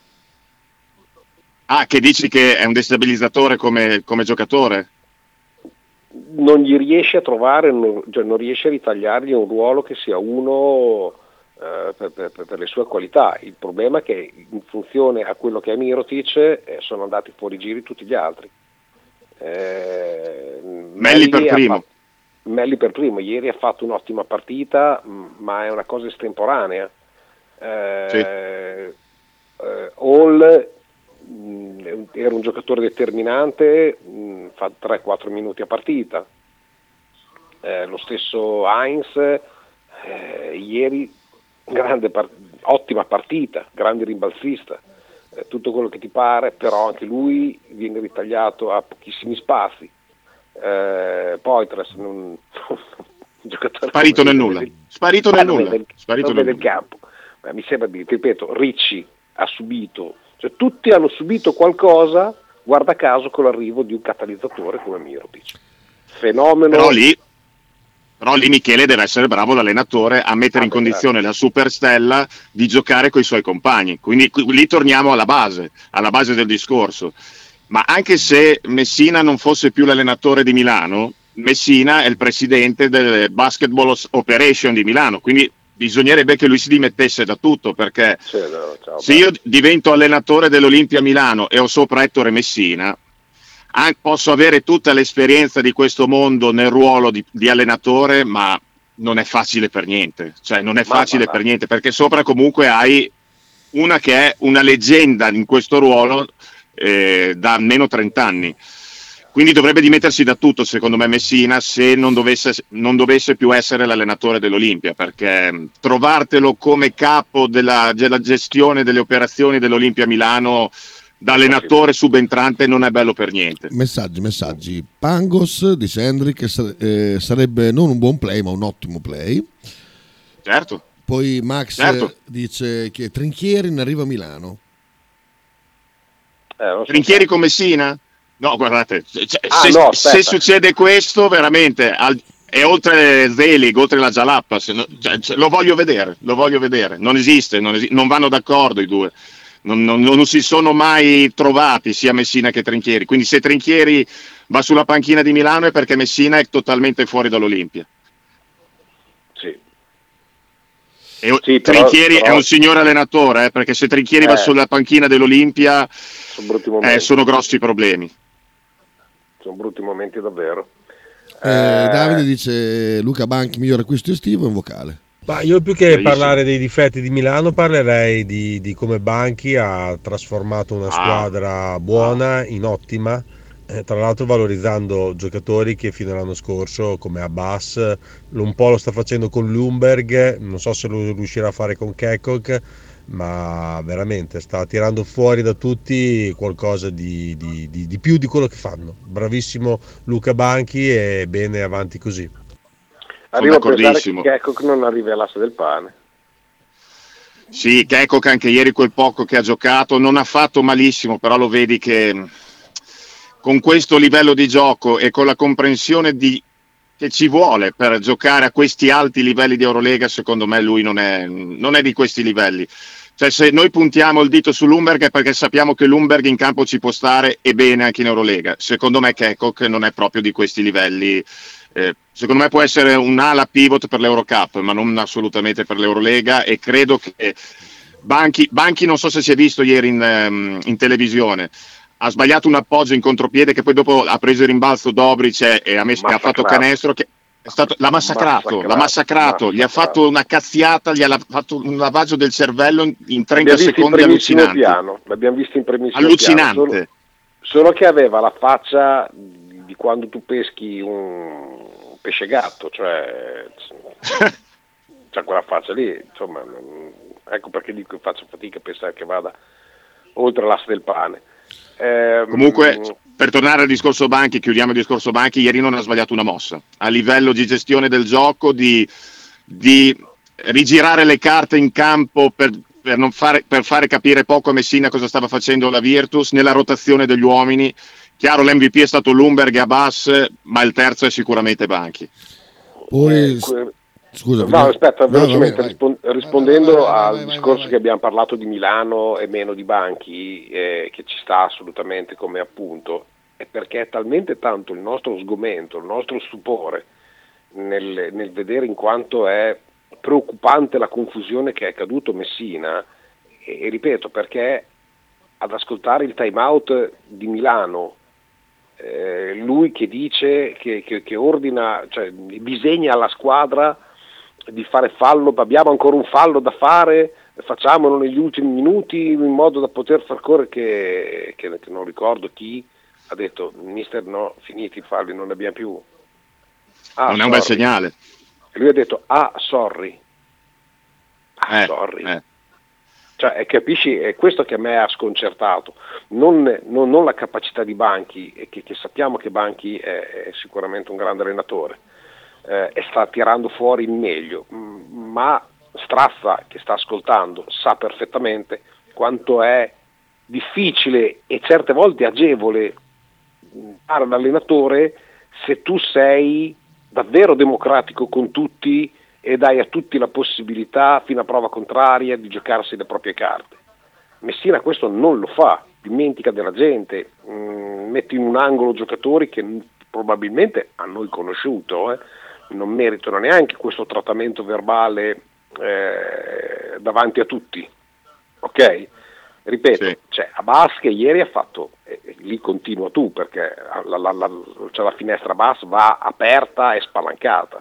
Che dici che è un destabilizzatore come giocatore? Non gli riesce a trovare, non riesce a ritagliargli un ruolo che sia uno per le sue qualità. Il problema è che in funzione a quello che è Mirotic sono andati fuori giri tutti gli altri. Melli per primo, ieri ha fatto un'ottima partita, ma è una cosa estemporanea. Hall era un giocatore determinante, fa 3-4 minuti a partita. Lo stesso Heinz ieri ottima partita, grande rimbalzista, tutto quello che ti pare, però anche lui viene ritagliato a pochissimi spazi. Poitras un giocatore sparito nel nulla del campo. Ma mi sembra di, ripeto, Ricci ha subito, cioè tutti hanno subito qualcosa, guarda caso, con l'arrivo di un catalizzatore come Mirotic. Fenomeno. Però lì Michele deve essere bravo l'allenatore a mettere in condizione la superstella di giocare con i suoi compagni. Quindi lì torniamo alla base del discorso. Ma anche se Messina non fosse più l'allenatore di Milano, Messina è il presidente del Basketball Operation di Milano, quindi bisognerebbe che lui si dimettesse da tutto, perché se io divento allenatore dell'Olimpia Milano e ho sopra Ettore Messina, posso avere tutta l'esperienza di questo mondo nel ruolo di allenatore, ma non è facile per niente, per niente, perché sopra comunque hai una che è una leggenda in questo ruolo da almeno 30 anni. Quindi dovrebbe dimettersi da tutto, secondo me, Messina, se non dovesse più essere l'allenatore dell'Olimpia, perché trovartelo come capo della gestione delle operazioni dell'Olimpia Milano da allenatore subentrante non è bello per niente. Messaggi. Pangos dice Henry che sarebbe non un buon play ma un ottimo play. Certo. Poi Max dice che Trinchieri ne arriva a Milano. Trinchieri con Messina? No, guardate, se succede questo veramente è oltre Zelig, oltre la Jalappa, lo voglio vedere, non esiste, non vanno d'accordo i due, non si sono mai trovati sia Messina che Trinchieri, quindi se Trinchieri va sulla panchina di Milano è perché Messina è totalmente fuori dall'Olimpia. Trinchieri è un signore allenatore, perché se Trinchieri va sulla panchina dell'Olimpia sono grossi problemi. Sono brutti momenti davvero. Davide dice Luca Banchi miglior acquisto estivo, in vocale. Ma io più che parlare dei difetti di Milano parlerei di come Banchi ha trasformato una squadra buona in ottima, tra l'altro valorizzando giocatori che fino all'anno scorso come Abbas un po' lo sta facendo con Lumberg, non so se lo riuscirà a fare con Kekok, ma veramente sta tirando fuori da tutti qualcosa di più di quello che fanno. Bravissimo Luca Banchi e bene avanti così. Arrivo a pensare che Kekok non arrivi all'asse del pane. Sì, Kekoch anche ieri quel poco che ha giocato non ha fatto malissimo, però lo vedi che con questo livello di gioco e con la comprensione che ci vuole per giocare a questi alti livelli di Eurolega, secondo me lui non è di questi livelli. Cioè, se noi puntiamo il dito sull'Umberg è perché sappiamo che l'Umberg in campo ci può stare e bene anche in Eurolega. Secondo me Kekoch non è proprio di questi livelli. Secondo me può essere un'ala pivot per l'Eurocup, ma non assolutamente per l'Eurolega, e credo che Banchi non so se si è visto ieri in televisione, ha sbagliato un appoggio in contropiede che poi dopo ha preso il rimbalzo Dobric e ha fatto canestro, che è stato, l'ha massacrato, gli ha fatto una cazziata, gli ha fatto un lavaggio del cervello in 30 secondi allucinanti. L'abbiamo visto in primissimo allucinante piano, solo che aveva la faccia di quando tu peschi un pesce gatto, cioè c'ha quella faccia lì, insomma, ecco perché dico che faccio fatica a pensare che vada oltre l'asse del pane. Comunque, per tornare al discorso Banchi, chiudiamo il discorso Banchi, ieri non ha sbagliato una mossa a livello di gestione del gioco, di rigirare le carte in campo per fare capire poco a Messina cosa stava facendo la Virtus nella rotazione degli uomini. Chiaro, l'MVP è stato Lumberg e Abbas, ma il terzo è sicuramente Banchi. Poi scusa, no, aspetta, velocemente, vai. Rispondendo al discorso che abbiamo parlato di Milano e meno di Banchi, che ci sta assolutamente come appunto, è perché è talmente tanto il nostro sgomento, il nostro stupore nel vedere in quanto è preoccupante la confusione che è caduto Messina, e ripeto, perché ad ascoltare il time out di Milano, lui che dice che ordina, cioè disegna alla squadra di fare fallo, abbiamo ancora un fallo da fare, facciamolo negli ultimi minuti in modo da poter far correre, che non ricordo chi ha detto, mister, no, finiti i falli, non ne abbiamo più. Non è un bel segnale. E lui ha detto sorry. Sorry. Cioè, capisci, è questo che a me ha sconcertato, non la capacità di Banchi, che sappiamo che Banchi è sicuramente un grande allenatore, e sta tirando fuori il meglio, ma Strazza, che sta ascoltando, sa perfettamente quanto è difficile e certe volte agevole fare un allenatore se tu sei davvero democratico con tutti e dai a tutti la possibilità, fino a prova contraria, di giocarsi le proprie carte. Messina questo non lo fa, dimentica della gente, mette in un angolo giocatori che probabilmente a noi conosciuto non meritano neanche questo trattamento verbale davanti a tutti, ok? Ripeto, sì. Cioè, Abbas che ieri ha fatto, lì continua tu, perché la finestra Abbas va aperta e spalancata.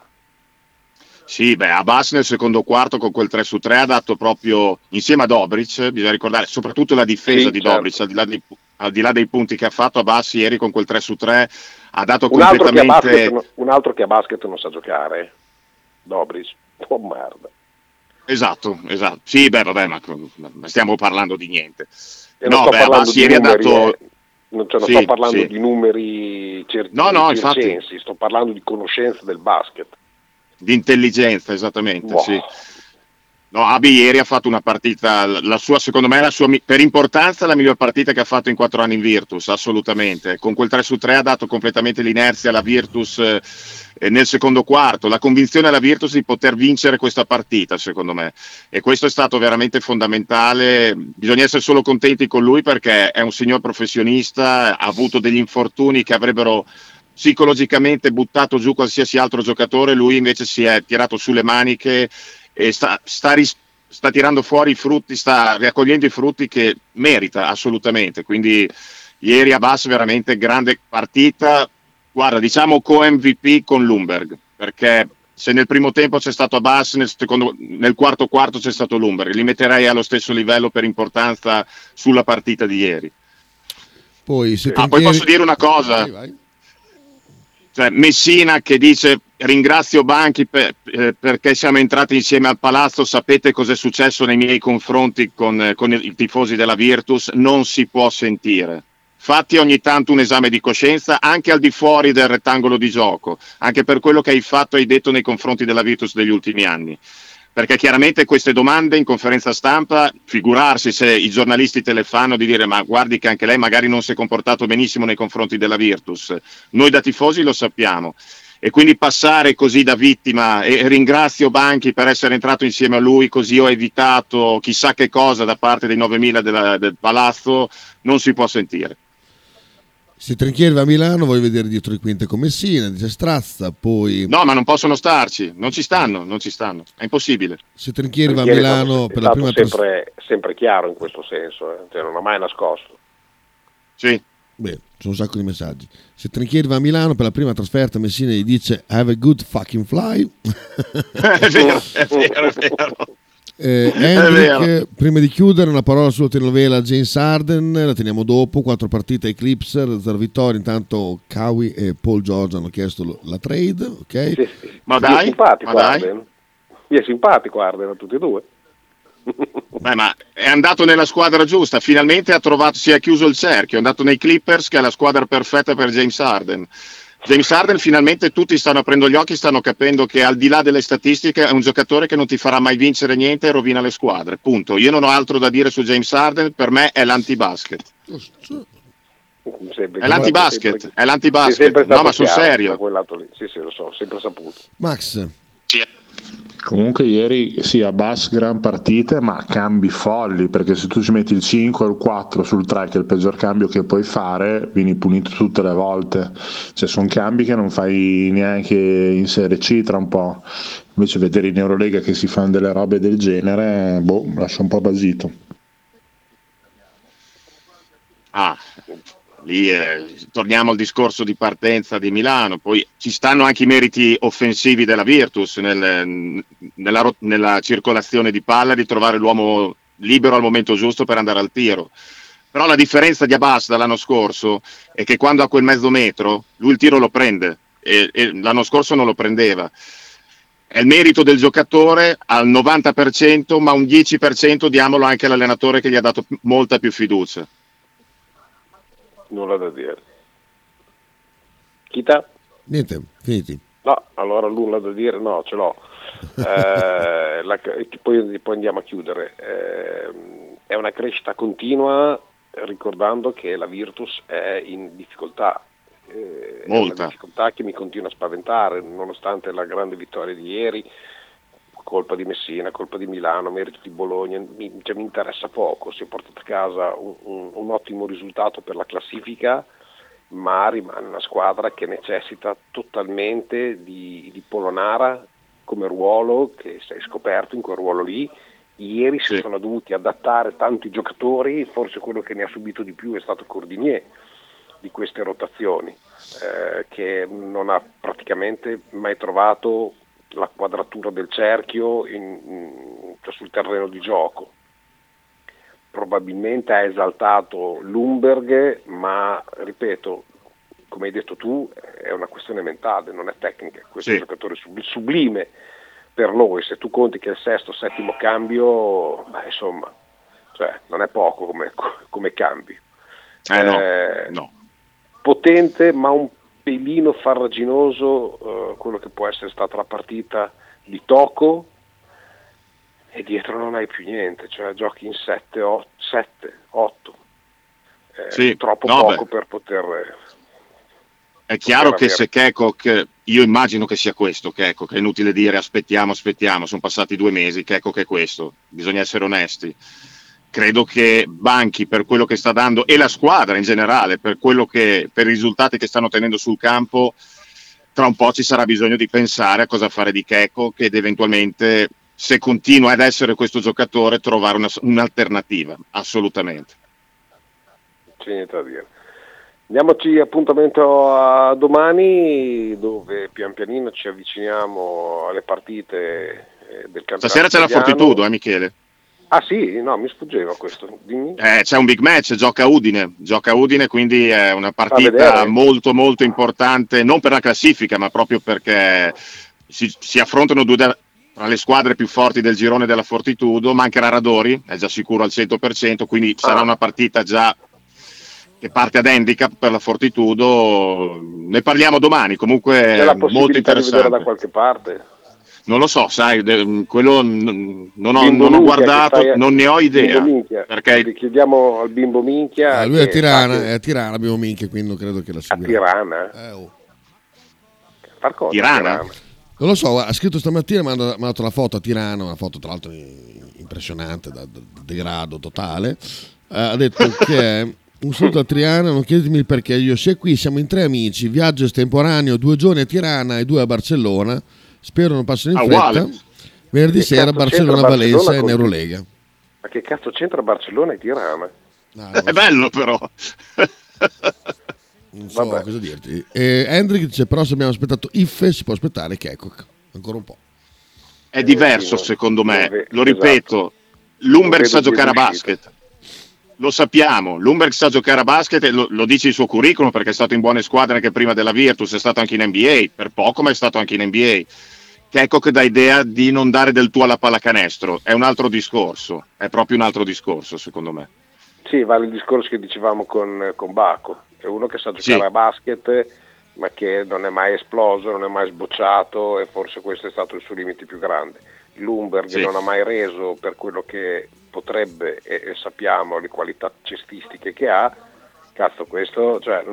Sì, Abbas nel secondo quarto con quel 3-3 ha dato proprio, insieme a Dobric, bisogna ricordare soprattutto la difesa di Dobric, certo. al di là dei punti che ha fatto Abbas ieri con quel 3-3 ha dato completamente... Un altro che a basket non sa giocare, Dobric, oh merda. Esatto, sì, ma stiamo parlando di niente. Abbas ieri ha dato... Non sto parlando di numeri circensi, sto parlando di conoscenza del basket. Di intelligenza, esattamente, sì. No, Abi ieri ha fatto una partita, secondo me per importanza la miglior partita che ha fatto in 4 anni in Virtus, assolutamente. Con quel 3-3 ha dato completamente l'inerzia alla Virtus nel secondo quarto, la convinzione alla Virtus di poter vincere questa partita, secondo me. E questo è stato veramente fondamentale. Bisogna essere solo contenti con lui perché è un signor professionista, ha avuto degli infortuni che avrebbero psicologicamente buttato giù qualsiasi altro giocatore, lui invece si è tirato sulle maniche e sta tirando fuori i frutti, sta raccogliendo i frutti che merita assolutamente. Quindi ieri Abbas veramente grande partita, guarda, diciamo co-MVP con Lumberg, perché se nel primo tempo c'è stato Abbas, nel quarto c'è stato Lumberg, li metterei allo stesso livello per importanza sulla partita di ieri. Poi posso dire una cosa? Vai. Cioè, Messina che dice ringrazio Banchi perché siamo entrati insieme al palazzo, sapete cos'è successo nei miei confronti con i tifosi della Virtus, non si può sentire. Fatti ogni tanto un esame di coscienza anche al di fuori del rettangolo di gioco, anche per quello che hai fatto e hai detto nei confronti della Virtus degli ultimi anni. Perché chiaramente queste domande in conferenza stampa, figurarsi se i giornalisti te le fanno, di dire ma guardi che anche lei magari non si è comportato benissimo nei confronti della Virtus, noi da tifosi lo sappiamo, e quindi passare così da vittima, e ringrazio Banchi per essere entrato insieme a lui, così ho evitato chissà che cosa da parte dei 9000 del Palazzo, non si può sentire. Se Trinchieri va a Milano, voglio vedere dietro le quinte con Messina, dice Strazza, poi... No, ma non possono starci, non ci stanno, è impossibile. Se Trinchieri va a Milano per la prima sempre chiaro in questo senso, cioè non ha mai nascosto. Sì. Beh, sono un sacco di messaggi. Se Trinchieri va a Milano per la prima trasferta, Messina gli dice have a good fucking fly. È vero. Hendrik, prima di chiudere una parola sulla telenovela James Harden, la teniamo dopo. 4 partite ai Clippers, 0 vittorie. Intanto Kawhi e Paul George hanno chiesto la trade, ok? Sì. Ma dai, mi è simpatico Harden a tutti e due. Beh, ma è andato nella squadra giusta, finalmente si è chiuso il cerchio, è andato nei Clippers, che è la squadra perfetta per James Harden. James Harden finalmente tutti stanno aprendo gli occhi, stanno capendo che al di là delle statistiche è un giocatore che non ti farà mai vincere niente e rovina le squadre, punto. Io non ho altro da dire su James Harden, per me è l'antibasket. È l'antibasket, no, ma sul serio. Sì, l'ho so, sempre saputo. Max. Comunque ieri Abbas gran partite, ma cambi folli, perché se tu ci metti il 5 o il 4 sul 3, che è il peggior cambio che puoi fare, vieni punito tutte le volte. Cioè sono cambi che non fai neanche in Serie C tra un po'. Invece vedere in Eurolega che si fanno delle robe del genere, lascia un po' basito. Lì torniamo al discorso di partenza di Milano, poi ci stanno anche i meriti offensivi della Virtus nella circolazione di palla, di trovare l'uomo libero al momento giusto per andare al tiro. Però la differenza di Abbas dall'anno scorso è che quando ha quel mezzo metro lui il tiro lo prende e l'anno scorso non lo prendeva. È il merito del giocatore al 90%, ma un 10% diamolo anche all'allenatore che gli ha dato molta più fiducia. Nulla da dire. Chita? Niente, finiti. No, allora nulla da dire, no, ce l'ho. Poi andiamo a chiudere. È una crescita continua, ricordando che la Virtus è in difficoltà. È una difficoltà che mi continua a spaventare, nonostante la grande vittoria di ieri. Colpa di Messina, colpa di Milano, merito di Bologna, mi interessa poco. Si è portato a casa un ottimo risultato per la classifica, ma rimane una squadra che necessita totalmente di Polonara come ruolo, che si è scoperto in quel ruolo lì. Ieri si sono dovuti adattare tanti giocatori, forse quello che ne ha subito di più è stato Cordinier di queste rotazioni, che non ha praticamente mai trovato la quadratura del cerchio sul terreno di gioco. Probabilmente ha esaltato Lumberg, ma ripeto, come hai detto tu, è una questione mentale, non è tecnica. Questo è un giocatore sublime per noi. Se tu conti che è il sesto, settimo cambio, insomma, cioè, non è poco come cambio. No. Potente, ma un pelino farraginoso quello che può essere stata la partita di Tocco, e dietro non hai più niente, cioè giochi in 7, 8, troppo poco per poter... È chiaro che se Kekkok, io immagino che sia questo Kekkok, è inutile dire aspettiamo, sono passati 2 mesi, Kekkok è questo, bisogna essere onesti. Credo che Banchi, per quello che sta dando, e la squadra in generale, per i risultati che stanno tenendo sul campo, tra un po' ci sarà bisogno di pensare a cosa fare di Kekkok ed eventualmente, se continua ad essere questo giocatore, trovare un'alternativa, assolutamente. C'è niente da dire. Diamoci appuntamento a domani, dove pian pianino ci avviciniamo alle partite del campionato. Stasera c'è la Fortitudo, Michele? Ah sì, no, mi sfuggeva questo. Dimmi. C'è un big match, gioca Udine, quindi è una partita molto molto importante, non per la classifica, ma proprio perché si affrontano 2 tra le squadre più forti del girone della Fortitudo. Mancherà Radori, è già sicuro al 100%, quindi sarà una partita già che parte ad handicap per la Fortitudo. Ne parliamo domani, comunque c'è la molto interessante. Di vedere da qualche parte? Non lo so, sai, quello non ho guardato, non ne ho idea. Perché gli chiediamo al bimbo minchia. Lui è a Tirana, bimbo minchia, quindi non credo che la seguirà. A Tirana? Far cosa? Tirana? Non lo so, ha scritto stamattina, mi ha dato la foto a Tirana, una foto tra l'altro impressionante, da degrado totale. Ha detto che è un saluto a Tirana, non chiedetemi il perché, io se qui siamo in 3 amici, viaggio estemporaneo, 2 giorni a Tirana e 2 a Barcellona, spero non passino in fretta. Uguale. Venerdì sera Barcellona, Valencia e Neurolega. Ma che cazzo c'entra Barcellona e Tirana? È bello però. Non so cosa dirti. Hendrik dice però se abbiamo aspettato Iffe si può aspettare Kekkok ancora un po'. È diverso secondo me, lo ripeto, Ljungberg sa giocare a basket. Lo sappiamo, Ljungberg sa giocare a basket e lo dice il suo curriculum perché è stato in buone squadre anche prima della Virtus, è stato anche in NBA, per poco ma è stato anche in NBA. Kekkok dà idea di non dare del tuo alla pallacanestro, è un altro discorso, è proprio un altro discorso secondo me. Sì, vale il discorso che dicevamo con Bacco, è uno che sa giocare a basket ma che non è mai esploso, non è mai sbocciato e forse questo è stato il suo limite più grande. Ljungberg non ha mai reso per quello che potrebbe e sappiamo le qualità cestistiche che ha. Cazzo, questo cioè,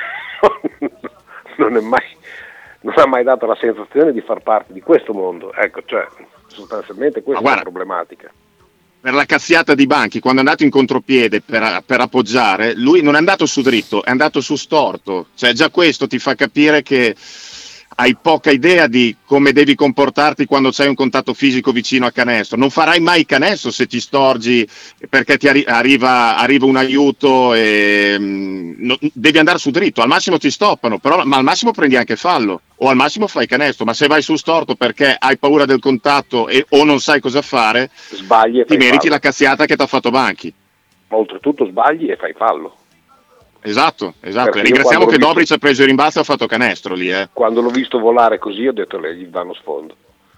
non ha mai dato la sensazione di far parte di questo mondo, ecco, cioè sostanzialmente questa è la problematica. Per la cazziata di Banchi, quando è andato in contropiede per appoggiare, lui non è andato su dritto, è andato su storto, cioè già questo ti fa capire che hai poca idea di come devi comportarti quando c'hai un contatto fisico vicino a canestro. Non farai mai canestro se ti storgi perché ti arriva un aiuto e devi andare su dritto. Al massimo ti stoppano, ma al massimo prendi anche fallo o al massimo fai canestro. Ma se vai su storto perché hai paura del contatto o non sai cosa fare, sbagli e ti meriti fallo. la cazziata che ti ha fatto Banchi. Ma oltretutto sbagli e fai fallo. Esatto. E ringraziamo che Dobric ha preso il rimbalzo e ha fatto canestro lì. Quando l'ho visto volare così ho detto gli vanno sfondo.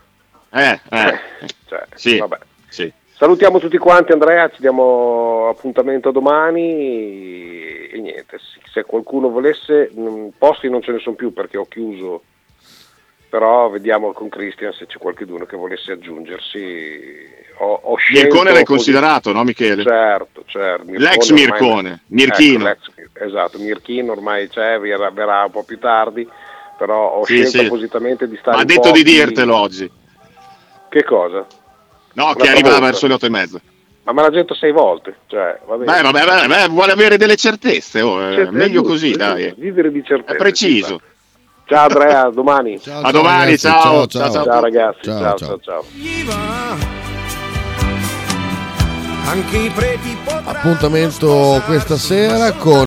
Sì, vabbè. Sì. Salutiamo tutti quanti, Andrea, ci diamo appuntamento domani e niente, se qualcuno volesse, posti non ce ne sono più perché ho chiuso, però vediamo con Christian se c'è qualcuno che volesse aggiungersi. Ho scelto Mircone l'hai considerato, no Michele? Certo. L'ex Mircone, Mirchino. Ecco, esatto, Mirchino ormai c'è, verrà un po' più tardi, però ho scelto appositamente di stare ha detto di dirtelo oggi. Che cosa? No, che arriva verso le 8:30. Ma me l'ha detto 6 volte, cioè, va bene. Vabbè, vuole avere delle certezze, meglio così, dai. Vivere di certezze. È preciso. Ciao Andrea, a domani. A domani, ciao. Ciao ragazzi, ciao. Appuntamento questa sera con